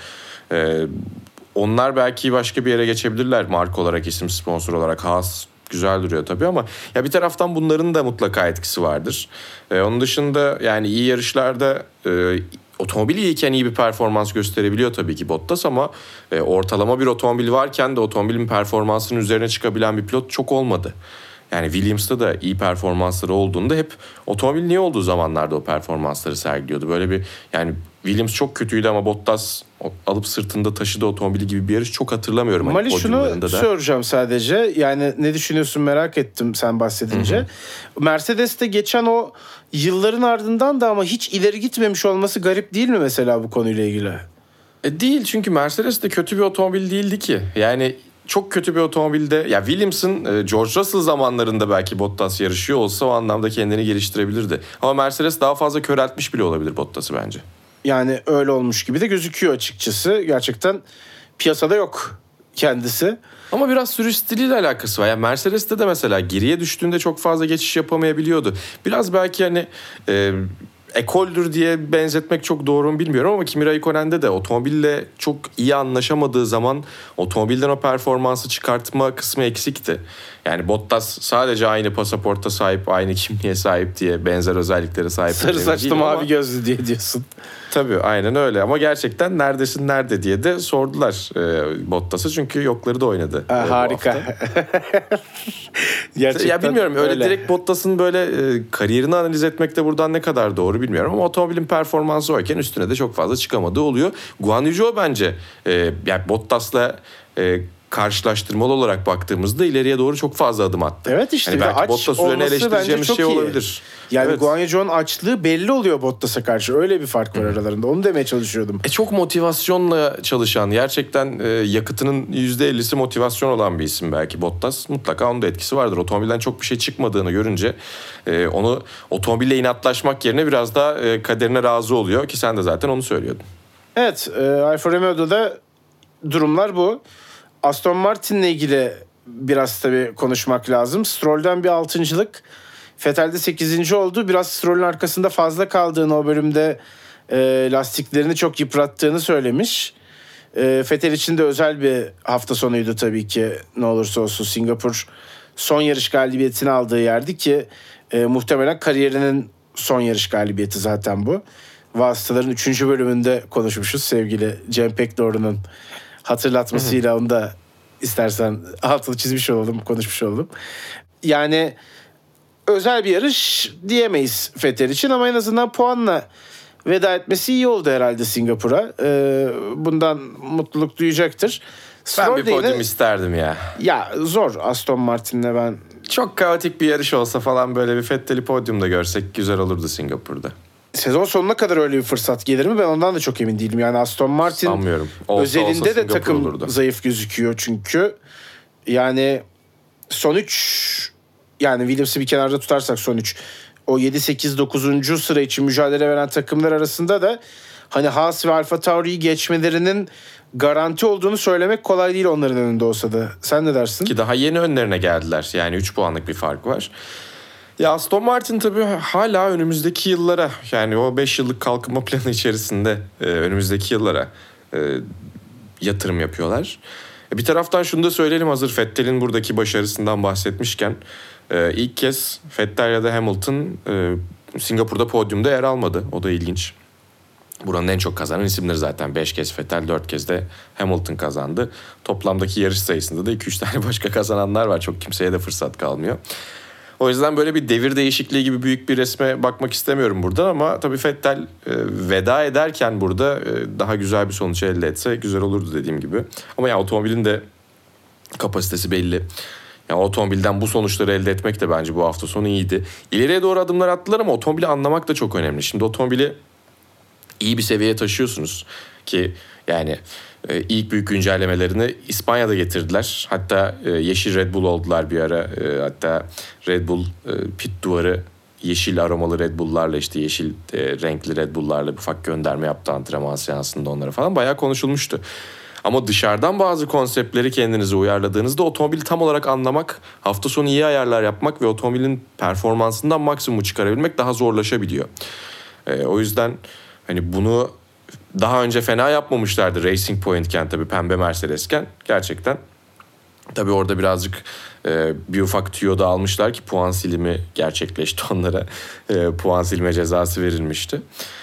S1: Onlar belki başka bir yere geçebilirler marka olarak, isim sponsor olarak. Haas güzel duruyor tabii ama ya bir taraftan bunların da mutlaka etkisi vardır. Onun dışında yani iyi yarışlarda otomobil iyiyken iyi bir performans gösterebiliyor tabii ki Bottas ama ortalama bir otomobil varken de otomobilin performansının üzerine çıkabilen bir pilot çok olmadı. Yani Williams'ta da iyi performansları olduğunda hep otomobil niye olduğu zamanlarda o performansları sergiliyordu. Böyle bir yani Williams çok kötüydü ama Bottas alıp sırtında taşıdığı otomobili gibi bir yarış çok hatırlamıyorum.
S3: Mali şunu soracağım sadece. Yani ne düşünüyorsun merak ettim sen bahsedince. Hı hı. Mercedes'te geçen o yılların ardından da ama hiç ileri gitmemiş olması garip değil mi mesela bu konuyla ilgili?
S1: Değil çünkü Mercedes de kötü bir otomobil değildi ki. Yani çok kötü bir otomobilde ya Williams'ın George Russell zamanlarında belki Bottas yarışıyor olsa o anlamda kendini geliştirebilirdi. Ama Mercedes daha fazla köreltmiş bile olabilir Bottas'ı bence.
S3: Yani öyle olmuş gibi de gözüküyor açıkçası. Gerçekten piyasada yok kendisi.
S1: Ama biraz sürüş stiliyle alakası var. Yani Mercedes'te de mesela geriye düştüğünde çok fazla geçiş yapamayabiliyordu. Biraz belki hani ekoldür diye benzetmek çok doğru mu bilmiyorum ama Kimi Raikkonen'de de otomobille çok iyi anlaşamadığı zaman otomobilden o performansı çıkartma kısmı eksikti. Yani Bottas sadece aynı pasaporta sahip, aynı kimliğe sahip diye benzer özelliklere sahip.
S3: Sarı saçlı mavi gözlü diye diyorsun.
S1: Tabii aynen öyle ama gerçekten neredesin nerede diye de sordular Bottas'ı çünkü yokları da oynadı.
S3: Harika. Gerçekten
S1: ya bilmiyorum öyle direkt Bottas'ın böyle kariyerini analiz etmek de buradan ne kadar doğru bilmiyorum ama otomobilin performansı oyken üstüne de çok fazla çıkamadığı oluyor. Guan Yu Zhou bence yani Bottas'la karşılaştırmalı olarak baktığımızda ileriye doğru çok fazla adım attı.
S3: Evet işte
S1: yani belki Bottas üzerine eleştireceğimiz şey olabilir.
S3: Yani
S1: evet.
S3: Guan Yu Zhou'nun açlığı belli oluyor Bottas'a karşı. Öyle bir fark var aralarında. Onu demeye çalışıyordum.
S1: Çok motivasyonla çalışan, gerçekten yakıtının %50'si motivasyon olan bir isim belki Bottas. Mutlaka onun da etkisi vardır. Otomobilden çok bir şey çıkmadığını görünce onu otomobille inatlaşmak yerine biraz daha kaderine razı oluyor ki sen de zaten onu söylüyordun.
S3: Evet, Alfa Romeo'da da durumlar bu. Aston Martin'le ilgili biraz tabii konuşmak lazım. Stroll'den bir 6.'lık Vettel de 8. oldu. Biraz Stroll'ün arkasında fazla kaldığını, o bölümde lastiklerini çok yıprattığını söylemiş. Vettel için de özel bir hafta sonuydu tabii ki, ne olursa olsun. Singapur son yarış galibiyetini aldığı yerdi ki muhtemelen kariyerinin son yarış galibiyeti zaten bu. Vasıtaların 3. bölümünde konuşmuşuz sevgili Cem Pekdoğru'nun hatırlatmasıyla. Onu da istersen altını çizmiş olalım, konuşmuş olalım. Yani özel bir yarış diyemeyiz Vettel için ama en azından puanla veda etmesi iyi oldu herhalde Singapur'a. Bundan mutluluk duyacaktır.
S1: Ben bir podyum isterdim ya.
S3: Ya zor Aston Martin'le ben.
S1: Çok kaotik bir yarış olsa falan, böyle bir Vettel'i podyumda görsek güzel olurdu Singapur'da.
S3: Sezon sonuna kadar öyle bir fırsat gelir mi? Ben ondan da çok emin değilim. Yani Aston Martin
S1: sanmıyorum. Olsa
S3: de takım
S1: olurdu.
S3: Zayıf gözüküyor çünkü. Yani son 3, yani Williams'ı bir kenarda tutarsak son 3. O 7, 8, 9. sıra için mücadele veren takımlar arasında da hani Haas ve Alfa Tauri'yi geçmelerinin garanti olduğunu söylemek kolay değil onların önünde olsa da. Sen ne dersin?
S1: Ki daha yeni önlerine geldiler. Yani 3 puanlık bir fark var. Ya Aston Martin tabii hala önümüzdeki yıllara, yani o 5 yıllık kalkınma planı içerisinde önümüzdeki yıllara yatırım yapıyorlar. Bir taraftan şunu da söyleyelim, hazır Vettel'in buradaki başarısından bahsetmişken. İlk kez Vettel ya da Hamilton Singapur'da podyumda yer almadı. O da ilginç. Buranın en çok kazanan isimleri zaten. 5 kez Vettel, 4 kez de Hamilton kazandı. Toplamdaki yarış sayısında da 2-3 tane başka kazananlar var. Çok kimseye de fırsat kalmıyor. O yüzden böyle bir devir değişikliği gibi büyük bir resme bakmak istemiyorum burada, ama tabii Vettel veda ederken burada daha güzel bir sonuç elde etse güzel olurdu dediğim gibi. Ama yani otomobilin de kapasitesi belli. Yani otomobilden bu sonuçları elde etmek de bence bu hafta sonu iyiydi. İleriye doğru adımlar attılar ama otomobili anlamak da çok önemli. Şimdi otomobili iyi bir seviyeye taşıyorsunuz ki yani ilk büyük güncellemelerini İspanya'da getirdiler. Hatta yeşil Red Bull oldular bir ara. Hatta Red Bull pit duvarı yeşil aromalı Red Bull'larla, işte yeşil renkli Red Bull'larla bir ufak gönderme yaptı antrenman seansında onlara falan. Bayağı konuşulmuştu. Ama dışarıdan bazı konseptleri kendinize uyarladığınızda otomobili tam olarak anlamak, hafta sonu iyi ayarlar yapmak ve otomobilin performansından maksimumu çıkarabilmek daha zorlaşabiliyor. O yüzden hani bunu daha önce fena yapmamışlardı Racing Point'ken, tabii pembe Mercedes'ken. Gerçekten tabii orada birazcık bir ufak tüyo da almışlar ki puan silimi gerçekleşti onlara. Puan silme cezası verilmişti.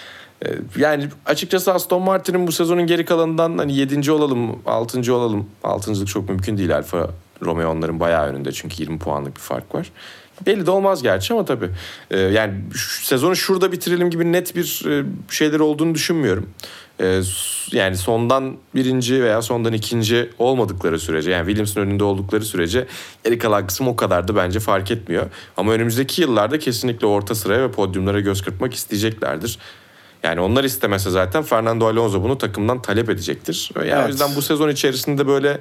S1: Yani açıkçası Aston Martin'in bu sezonun geri kalanından hani 7. olalım, 6. olalım. 6.lık çok mümkün değil. Alfa Romeo onların bayağı önünde çünkü 20 puanlık bir fark var. Belli de olmaz gerçi ama tabii. Yani sezonu şurada bitirelim gibi net bir şeyler olduğunu düşünmüyorum. Yani sondan 1. veya sondan 2. olmadıkları sürece, yani Williams'ın önünde oldukları sürece geri kalan kısım o kadar da bence fark etmiyor. Ama önümüzdeki yıllarda kesinlikle orta sıraya ve podyumlara göz kırpmak isteyeceklerdir. Yani onlar istemese zaten Fernando Alonso bunu takımdan talep edecektir. Yani evet. O yüzden bu sezon içerisinde böyle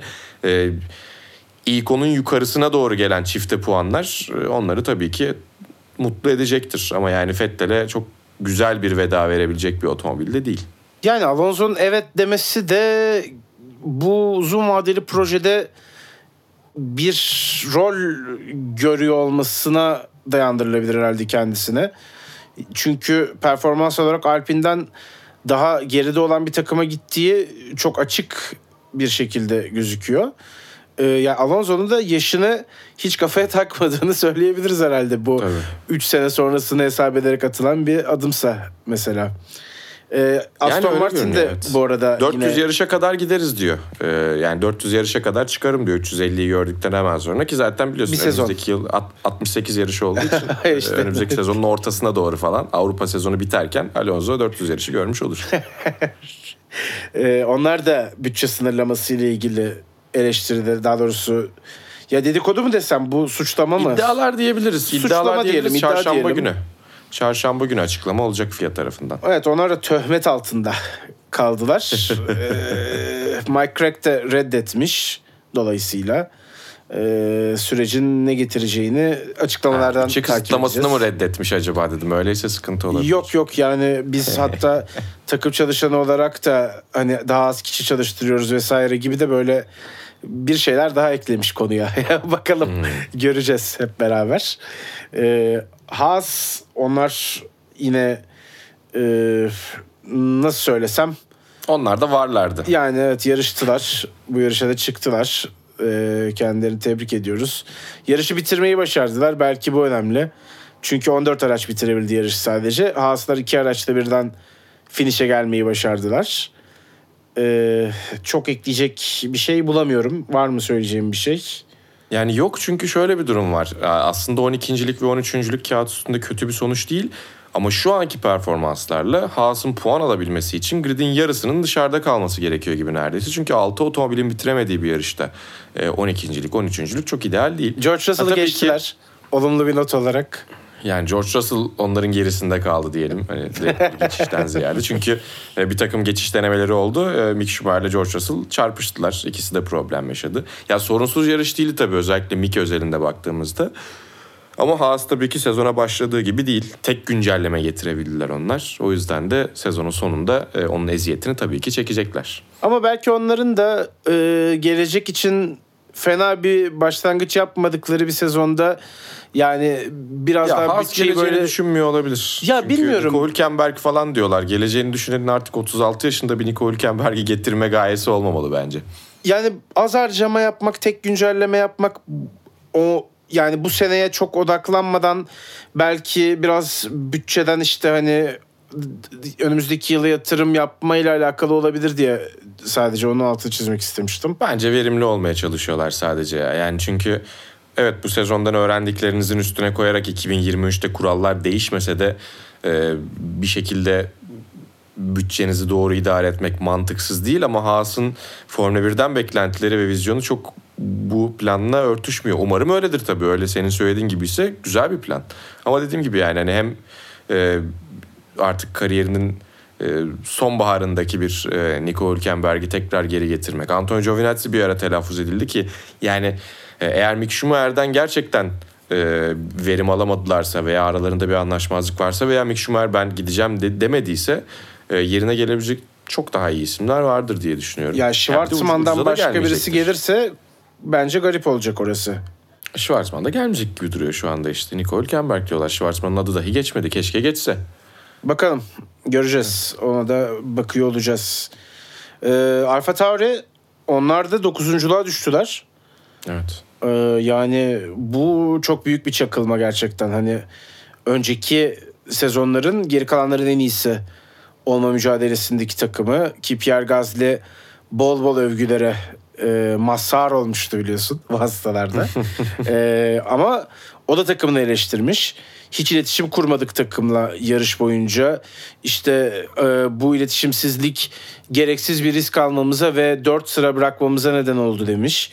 S1: ilk onun yukarısına doğru gelen çifte puanlar onları tabii ki mutlu edecektir. Ama yani Vettel'e çok güzel bir veda verebilecek bir otomobil de değil.
S3: Yani Alonso'nun evet demesi de bu uzun vadeli projede bir rol görüyor olmasına dayandırılabilir herhalde kendisine. Çünkü performans olarak Alpine'den daha geride olan bir takıma gittiği çok açık bir şekilde gözüküyor. Yani Alonso'nun da yaşını hiç kafaya takmadığını söyleyebiliriz herhalde. Bu 3 sene sonrasını hesap ederek atılan bir adımsa mesela. Aston yani Martin de evet. Bu arada
S1: 400
S3: yine
S1: yarışa kadar gideriz diyor. Yani 400 yarışa kadar çıkarım diyor 350'yi gördükten hemen sonra, ki zaten biliyorsun önümüzdeki yıl 68 yarış olduğu için işte. Önümüzdeki sezonun ortasına doğru falan Avrupa sezonu biterken Alonso 400 yarışı görmüş olur.
S3: Onlar da bütçe sınırlaması ile ilgili eleştiride, daha doğrusu ya dedikodu mu desem, bu suçlama mı?
S1: İddialar diyebiliriz.
S3: Suçlama diyelim.
S1: Çarşamba günü. Çarşamba günü açıklama olacak FIA tarafından.
S3: Evet, onlar da töhmet altında kaldılar. Mike Crack de reddetmiş dolayısıyla. Sürecin ne getireceğini açıklamalardan takip edeceğiz.
S1: Kısıtlamasını mı reddetmiş acaba dedim. Öyleyse sıkıntı olabilir.
S3: Yok yani biz hatta takım çalışanı olarak da hani daha az kişi çalıştırıyoruz vesaire gibi de böyle bir şeyler daha eklemiş konuya. Bakalım göreceğiz hep beraber. Haas, onlar yine nasıl söylesem,
S1: Onlar da varlardı.
S3: yani evet, yarıştılar. Bu yarışa da çıktılar. Kendilerini tebrik ediyoruz. Yarışı bitirmeyi başardılar. Belki bu önemli. Çünkü 14 araç bitirebildi yarışı sadece. Haaslar 2 araçta birden finish'e gelmeyi başardılar. Çok ekleyecek bir şey bulamıyorum. Var mı söyleyeceğim bir şey?
S1: Yani yok, çünkü şöyle bir durum var. Aslında 12.lik ve 13.lük kağıt üstünde kötü bir sonuç değil. Ama şu anki performanslarla Haas'ın puan alabilmesi için gridin yarısının dışarıda kalması gerekiyor gibi neredeyse. Çünkü 6 otomobilin bitiremediği bir yarışta 12.lik, 13.lük çok ideal değil.
S3: George Russell'ı
S1: tabii
S3: geçtiler. Olumlu bir not olarak.
S1: Yani George Russell onların gerisinde kaldı diyelim. Hani geçişten ziyade. Çünkü bir takım geçiş denemeleri oldu. Mick Schumacher ile George Russell çarpıştılar. İkisi de problem yaşadı. Ya sorunsuz yarış değildi tabii, özellikle Mick özelinde baktığımızda. Ama Haas tabii ki sezona başladığı gibi değil. Tek güncelleme getirebildiler onlar. O yüzden de sezonun sonunda onun eziyetini tabii ki çekecekler.
S3: Ama belki onların da gelecek için fena bir başlangıç yapmadıkları bir sezonda, yani biraz
S1: Ya
S3: daha
S1: Haas
S3: bütçeyi
S1: geleceğini
S3: böyle...
S1: düşünmüyor olabilir.
S3: Ya
S1: Çünkü
S3: bilmiyorum.
S1: Nico Hülkenberg falan diyorlar. Geleceğini düşünenin artık 36 yaşında bir Nico Hülkenberg'i getirme gayesi olmamalı bence.
S3: Yani az harcama yapmak, tek güncelleme yapmak, o yani bu seneye çok odaklanmadan belki biraz bütçeden işte hani önümüzdeki yıla yatırım yapmayla alakalı olabilir diye sadece onun altını çizmek istemiştim.
S1: Bence verimli olmaya çalışıyorlar sadece. Yani çünkü evet, bu sezondan öğrendiklerinizin üstüne koyarak 2023'te kurallar değişmese de bir şekilde bütçenizi doğru idare etmek mantıksız değil, ama Haas'ın Formula 1'den beklentileri ve vizyonu çok bu planla örtüşmüyor. Umarım öyledir tabii. Öyle senin söylediğin gibi ise güzel bir plan. Ama dediğim gibi yani hani hem artık kariyerinin sonbaharındaki bir Nico Hülkenberg'i tekrar geri getirmek. Antonio Giovinazzi bir ara telaffuz edildi ki yani eğer Mick Schumacher'den gerçekten verim alamadılarsa veya aralarında bir anlaşmazlık varsa veya Mick Schumacher ben gideceğim demediyse yerine gelebilecek çok daha iyi isimler vardır diye düşünüyorum.
S3: Ya Schwartzman'dan başka birisi gelirse bence garip olacak orası.
S1: Schwartzman da gelmeyecek gibi duruyor şu anda işte. Nico Hülkenberg diyorlar. Schwartzman'ın adı dahi geçmedi. Keşke geçse.
S3: Bakalım. Göreceğiz. Ona da bakıyor olacağız. AlphaTauri, onlar da 9'unculuğa düştüler.
S1: Evet.
S3: Yani bu çok büyük bir çakılma gerçekten. Hani önceki sezonların geri kalanların en iyisi olma mücadelesindeki takımı, ki Pierre Gasly bol bol övgülere mazhar olmuştu biliyorsun vasıtalarda. Ama o da takımını eleştirmiş. Hiç iletişim kurmadık takımla yarış boyunca. İşte bu iletişimsizlik gereksiz bir risk almamıza ve 4 sıra bırakmamıza neden oldu demiş.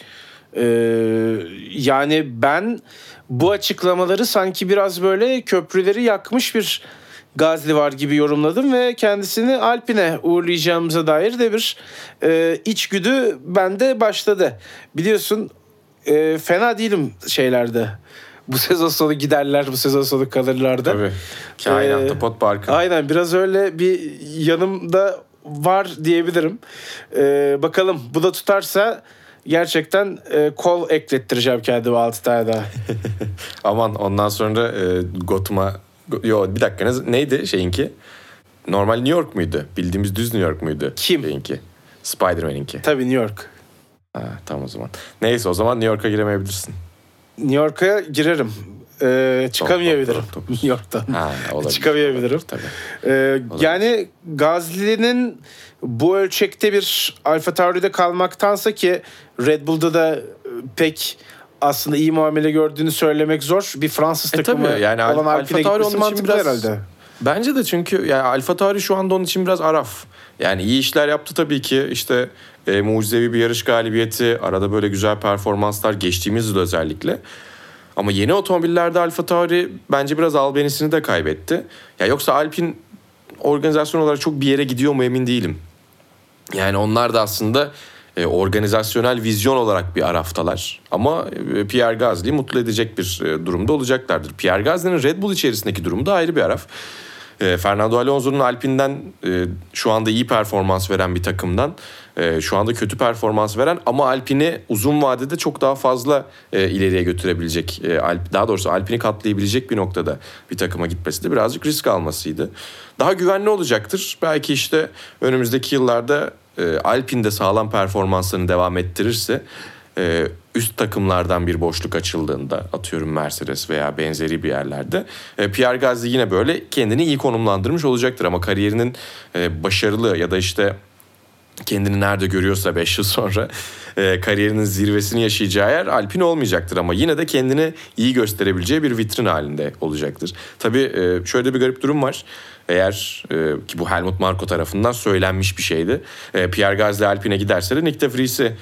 S3: Yani ben bu açıklamaları sanki biraz böyle köprüleri yakmış bir Gasly var gibi yorumladım ve kendisini Alpine uğurlayacağımıza dair de bir içgüdü bende başladı. Biliyorsun fena değilim şeylerde. Bu sezon sonu giderler, bu sezon sonu kalırlar da.
S1: Tabii. Kainatta pot parkı.
S3: Aynen, biraz öyle bir yanımda var diyebilirim. Bakalım bu da tutarsa gerçekten kol eklettireceğim kendime 6 tane daha.
S1: Aman ondan sonra Gotham'a... Yo bir dakika, neydi şeyinki? Normal New York muydu? Bildiğimiz düz New York muydu?
S3: Kim?
S1: Şeyinki. Spider-Man'inki.
S3: Tabii New York.
S1: Ha, tamam o zaman. Neyse, o zaman New York'a giremeyebilirsin.
S3: New York'a girerim. Çıkamayabilirim.
S1: Top.
S3: New York'tan.
S1: Ha, olabilir.
S3: Çıkamayabilirim.
S1: Tabii.
S3: Yani Gasly'nin bu ölçekte bir AlphaTauri'de kalmaktansa, ki Red Bull'da da pek aslında iyi muamele gördüğünü söylemek zor. Bir Fransız takımı
S1: tabii, yani
S3: olan Alpine'e
S1: AlphaTauri
S3: gitmesi
S1: onun için
S3: mantıklı
S1: biraz...
S3: herhalde.
S1: Bence de, çünkü yani AlphaTauri şu anda onun için biraz araf. Yani iyi işler yaptı tabii ki. İşte mucizevi bir yarış galibiyeti, arada böyle güzel performanslar, geçtiğimiz yıl özellikle. Ama yeni otomobillerde AlphaTauri bence biraz albenisini de kaybetti. Ya yoksa Alpine organizasyon olarak çok bir yere gidiyor mu emin değilim. Yani onlar da aslında organizasyonel vizyon olarak bir araftalar. Ama Pierre Gasly'yi mutlu edecek bir durumda olacaklardır. Pierre Gasly'nin Red Bull içerisindeki durumu da ayrı bir araf. Fernando Alonso'nun Alpine'den şu anda iyi performans veren bir takımdan şu anda kötü performans veren ama Alpine'i uzun vadede çok daha fazla ileriye götürebilecek, daha doğrusu Alpine'i katlayabilecek bir noktada bir takıma gitmesi de birazcık risk almasıydı. Daha güvenli olacaktır. Belki işte önümüzdeki yıllarda Alpine'de sağlam performanslarını devam ettirirse üst takımlardan bir boşluk açıldığında, atıyorum Mercedes veya benzeri bir yerlerde, Pierre Gasly yine böyle kendini iyi konumlandırmış olacaktır. Ama kariyerinin başarılı ya da işte kendini nerede görüyorsa 5 yıl sonra kariyerinin zirvesini yaşayacağı yer Alpine olmayacaktır. Ama yine de kendini iyi gösterebileceği bir vitrin halinde olacaktır. Tabii şöyle bir garip durum var. Eğer ki bu Helmut Marko tarafından söylenmiş bir şeydi. Pierre Gasly Alpine'e giderse de Nyck de Vries'i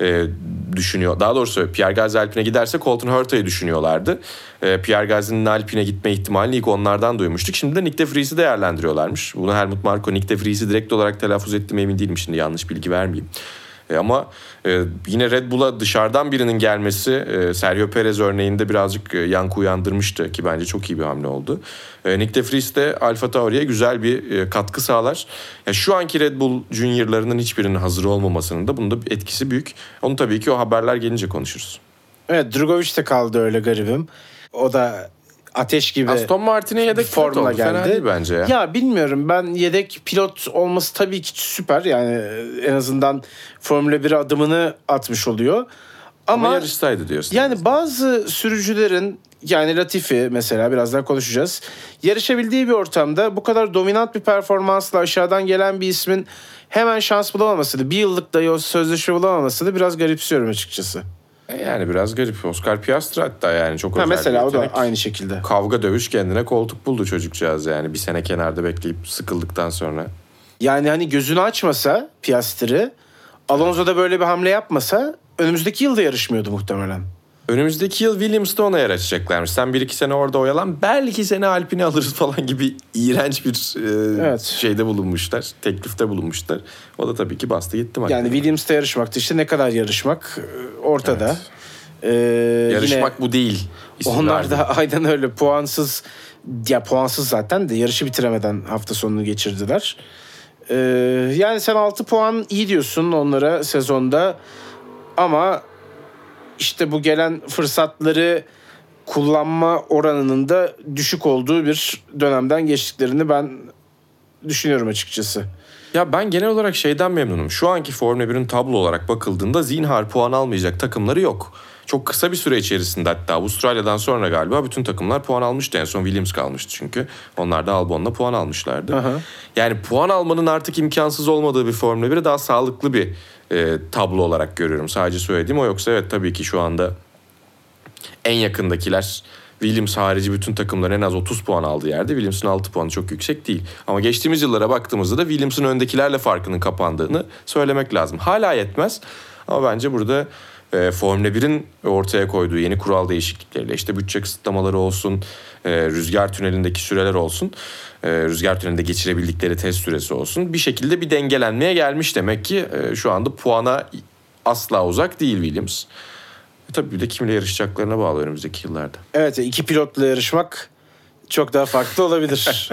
S1: düşünüyor. Daha doğrusu Pierre Gasly Alpine'e giderse Colton Herta'yı düşünüyorlardı. Pierre Gasly'nin Alpine'e gitme ihtimalini ilk onlardan duymuştuk. Şimdi de Nyck de Vries'i değerlendiriyorlarmış. Bunu Helmut Marko Nyck de Vries'i direkt olarak telaffuz etti mi emin değilim. Şimdi yanlış bilgi vermeyeyim. Ama yine Red Bull'a dışarıdan birinin gelmesi Sergio Perez örneğinde birazcık yankı uyandırmıştı ki bence çok iyi bir hamle oldu. Nyck de Vries de Alfa Tauri'ye güzel bir katkı sağlar. Şu anki Red Bull Junior'larının hiçbirinin hazır olmamasının da bunun da etkisi büyük. Onu tabii ki o haberler gelince konuşuruz.
S3: Evet, Drugovich de kaldı öyle garibim. O da ateş gibi
S1: Aston Martin'e yedek pilot oldu. Fena değil bence ya.
S3: Ya bilmiyorum, ben yedek pilot olması tabii ki süper. Yani en azından Formula 1'e adımını atmış oluyor.
S1: Ama yarışsaydı diyorsun.
S3: Yani bazı sürücülerin, yani Latifi mesela, birazdan konuşacağız, yarışabildiği bir ortamda bu kadar dominant bir performansla aşağıdan gelen bir ismin hemen şans bulamaması, bir yıllık da o sözleşme bulamaması da biraz garipsiyorum açıkçası.
S1: Yani biraz garip. Oscar Piastri hatta yani çok özel.
S3: Mesela o da aynı şekilde.
S1: Kavga dövüş kendine koltuk buldu çocukcağız yani. Bir sene kenarda bekleyip sıkıldıktan sonra.
S3: Yani hani gözünü açmasa Piastri, Alonso da böyle bir hamle yapmasa önümüzdeki yılda yarışmıyordu muhtemelen.
S1: Önümüzdeki yıl Williams'da ona yer açacaklarmış. Sen 1-2 sene orada oyalan, belki seni Alpine'e alırız falan gibi iğrenç bir şeyde bulunmuşlar. Teklifte bulunmuşlar. O da tabii ki bastı gitti.
S3: Yani Williams'ta yarışmaktı. İşte ne kadar yarışmak ortada.
S1: Evet. Yarışmak yine, bu değil.
S3: Onlar da aynen öyle puansız. Ya puansız zaten de yarışı bitiremeden hafta sonunu geçirdiler. Yani sen 6 puan iyi diyorsun onlara sezonda. Ama işte bu gelen fırsatları kullanma oranının da düşük olduğu bir dönemden geçtiklerini ben düşünüyorum açıkçası.
S1: Ya ben genel olarak şeyden memnunum. Şu anki Formula 1'in tablo olarak bakıldığında zinhar puan almayacak takımları yok. Çok kısa bir süre içerisinde, hatta Avustralya'dan sonra galiba bütün takımlar puan almıştı. En son Williams kalmıştı çünkü. Onlar da Albon'la puan almışlardı. Aha. Yani puan almanın artık imkansız olmadığı bir Formula 1'i daha sağlıklı bir tablo olarak görüyorum. Sadece söylediğim o, yoksa evet tabii ki şu anda en yakındakiler, Williams harici bütün takımların en az 30 puan aldığı yerde Williams'ın 6 puanı çok yüksek değil. Ama geçtiğimiz yıllara baktığımızda da Williams'ın öndekilerle farkının kapandığını söylemek lazım. Hala yetmez ama bence burada Formula 1'in ortaya koyduğu yeni kural değişiklikleriyle, işte bütçe kısıtlamaları olsun, rüzgar tünelindeki süreler olsun, rüzgar tünelinde geçirebildikleri test süresi olsun, bir şekilde bir dengelenmeye gelmiş demek ki. Şu anda puana asla uzak değil Williams. Tabii bir de kimle yarışacaklarına bağlı önümüzdeki yıllarda.
S3: Evet, 2 pilotla yarışmak çok daha farklı olabilir.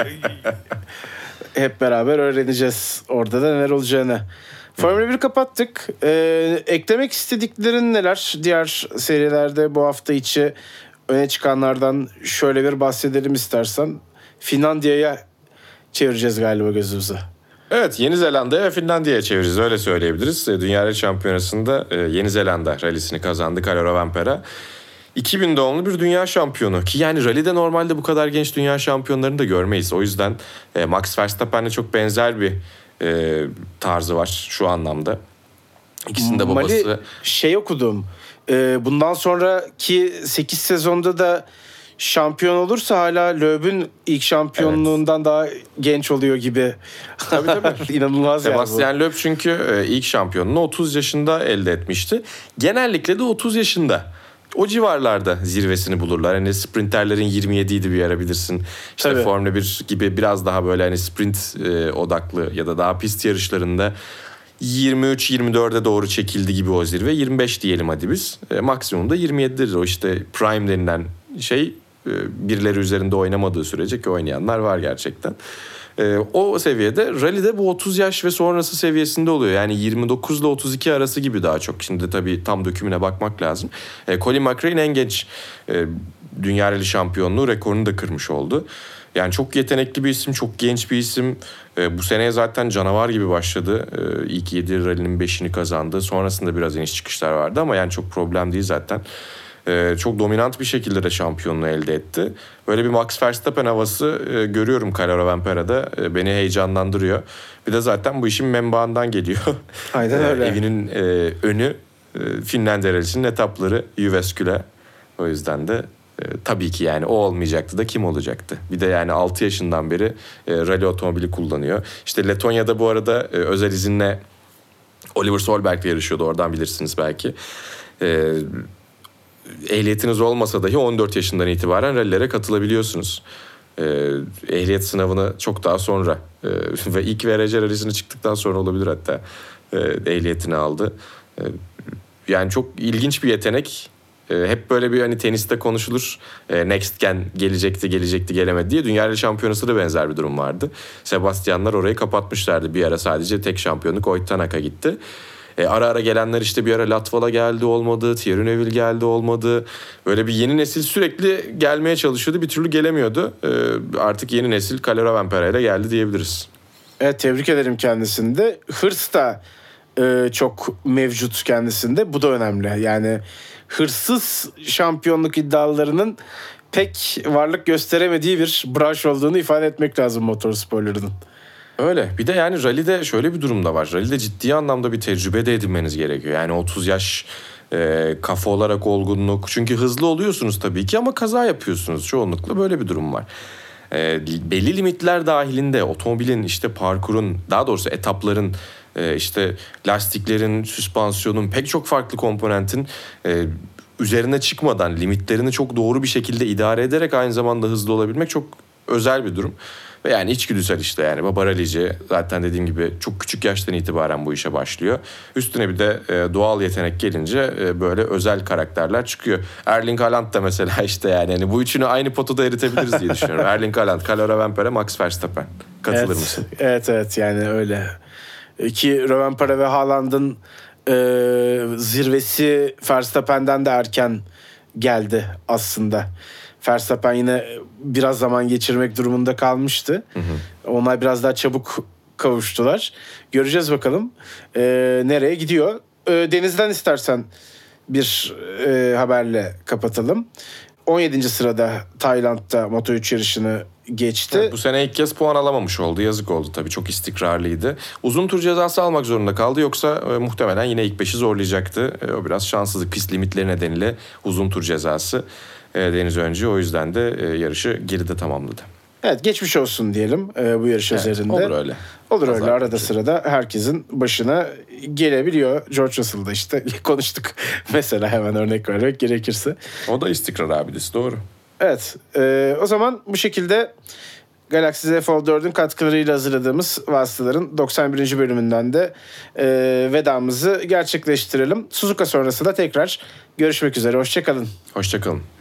S3: Hep beraber öğreneceğiz orada da neler olacağını. Formula 1'i kapattık. Eklemek istediklerin neler? Diğer serilerde bu hafta içi öne çıkanlardan şöyle bir bahsedelim istersen. Finlandiya'ya çevireceğiz galiba gözümüzü.
S1: Evet, Yeni Zelanda'ya ve Finlandiya'ya çevireceğiz, öyle söyleyebiliriz. Dünya Rally Şampiyonası'nda Yeni Zelanda rallisini kazandı Kalle Rovanperä. 2000 doğumlu bir dünya şampiyonu ki yani rallide normalde bu kadar genç dünya şampiyonlarını da görmeyiz. O yüzden Max Verstappen'le çok benzer bir tarzı var şu anlamda. İkisinin de babası.
S3: Okudum. Bundan sonraki 8 sezonda da şampiyon olursa hala Loeb'ün ilk şampiyonluğundan daha genç oluyor gibi.
S1: Tabii.
S3: İnanılmaz yani bu.
S1: Sebastian Loeb çünkü ilk şampiyonluğunu 30 yaşında elde etmişti. Genellikle de 30 yaşında. O civarlarda zirvesini bulurlar. Hani sprinterlerin 27 idi bir ara, bilirsin. İşte tabii. Formula 1 gibi biraz daha böyle hani sprint odaklı ya da daha pist yarışlarında 23-24'e doğru çekildi gibi o zirve. 25 diyelim hadi biz. Maksimum da 27'dir o işte prime denilen şey. birileri üzerinde oynamadığı sürece, ki oynayanlar var gerçekten. O seviyede rally'de bu 30 yaş ve sonrası seviyesinde oluyor. Yani 29 ile 32 arası gibi daha çok. Şimdi tabii tam dökümüne bakmak lazım. Colin McRae'nin en genç dünya rally şampiyonluğu rekorunu da kırmış oldu. Yani çok yetenekli bir isim, çok genç bir isim. Bu seneye zaten canavar gibi başladı. İlk 7 rally'nin 5'ini kazandı. Sonrasında biraz iniş çıkışlar vardı ama yani çok problem değil zaten. Çok dominant bir şekilde de şampiyonluğu elde etti. Böyle bir Max Verstappen havası görüyorum Kalle Rovanpera'da. Beni heyecanlandırıyor. Bir de zaten bu işin menbaından geliyor.
S3: Aynen öyle.
S1: Evinin önü Finlandiya rally'sinin etapları Jyväskylä. O yüzden de tabii ki yani o olmayacaktı da kim olacaktı? Bir de yani 6 yaşından beri rally otomobili kullanıyor. İşte Letonya'da bu arada özel izinle Oliver Solberg'le yarışıyordu. Oradan bilirsiniz belki. Ehliyetiniz olmasa dahi 14 yaşından itibaren rallilere katılabiliyorsunuz. Ehliyet sınavını çok daha sonra ve ilk VRC rallisine çıktıktan sonra olabilir hatta ehliyetini aldı. Yani çok ilginç bir yetenek. Hep böyle bir hani teniste konuşulur. Next gen gelecekti gelemedi diye. Dünya Rally Şampiyonası da benzer bir durum vardı. Sebastianlar orayı kapatmışlardı. Bir ara sadece tek şampiyonluk Oyt Tanaka gitti. Ara ara gelenler işte bir ara Latvala geldi olmadı. Thierry Neuville geldi olmadı. Böyle bir yeni nesil sürekli gelmeye çalışıyordu. Bir türlü gelemiyordu. Artık yeni nesil Kalle Rovanpera ile geldi diyebiliriz.
S3: Evet, tebrik ederim kendisini de. Hırs da çok mevcut kendisinde. Bu da önemli. Yani hırsız şampiyonluk iddialarının pek varlık gösteremediği bir branş olduğunu ifade etmek lazım motorsporlarının.
S1: Öyle. Bir de yani rally'de şöyle bir durum da var. Rally'de ciddi anlamda bir tecrübe de edinmeniz gerekiyor. Yani 30 yaş kafa olarak olgunluk. Çünkü hızlı oluyorsunuz tabii ki ama kaza yapıyorsunuz. Çoğunlukla böyle bir durum var. Belli limitler dahilinde otomobilin, işte parkurun, daha doğrusu etapların, işte lastiklerin, süspansiyonun, pek çok farklı komponentin üzerine çıkmadan limitlerini çok doğru bir şekilde idare ederek aynı zamanda hızlı olabilmek çok özel bir durum. Ve yani içgüdüsel işte yani. Baba rallyci zaten dediğim gibi çok küçük yaştan itibaren bu işe başlıyor. Üstüne bir de doğal yetenek gelince böyle özel karakterler çıkıyor. Erling Haaland da mesela işte yani bu üçünü aynı potada eritebiliriz diye düşünüyorum. Erling Haaland, Kalle Rovanpera, Max Verstappen. Katılır mısın?
S3: Evet yani öyle. Ki Rovanpera ve Haaland'ın zirvesi Verstappen'den de erken geldi aslında. Verstappen yine biraz zaman geçirmek durumunda kalmıştı. Onlar biraz daha çabuk kavuştular. Göreceğiz bakalım nereye gidiyor. Deniz'den istersen bir haberle kapatalım. 17. sırada Tayland'da Moto3 yarışını geçti.
S1: Evet, bu sene ilk kez puan alamamış oldu. Yazık oldu tabii. Çok istikrarlıydı. Uzun tur cezası almak zorunda kaldı. Yoksa muhtemelen yine ilk 5'i zorlayacaktı. O biraz şanssızlık. Pist limitleri nedeniyle uzun tur cezası Deniz Öncü. O yüzden de yarışı geride tamamladı.
S3: Evet, geçmiş olsun diyelim bu yarış üzerinde.
S1: Olur öyle.
S3: Olur öyle, arada sırada herkesin başına gelebiliyor. George Russell'da işte konuştuk mesela, hemen örnek vermek gerekirse.
S1: O da istikrar abidesi, doğru.
S3: Evet, o zaman bu şekilde Galaxy Z Fold 4'ün katkılarıyla hazırladığımız vasıtaların 91. bölümünden de vedamızı gerçekleştirelim. Suzuka sonrası da tekrar görüşmek üzere. Hoşça kalın.
S1: Hoşça kalın.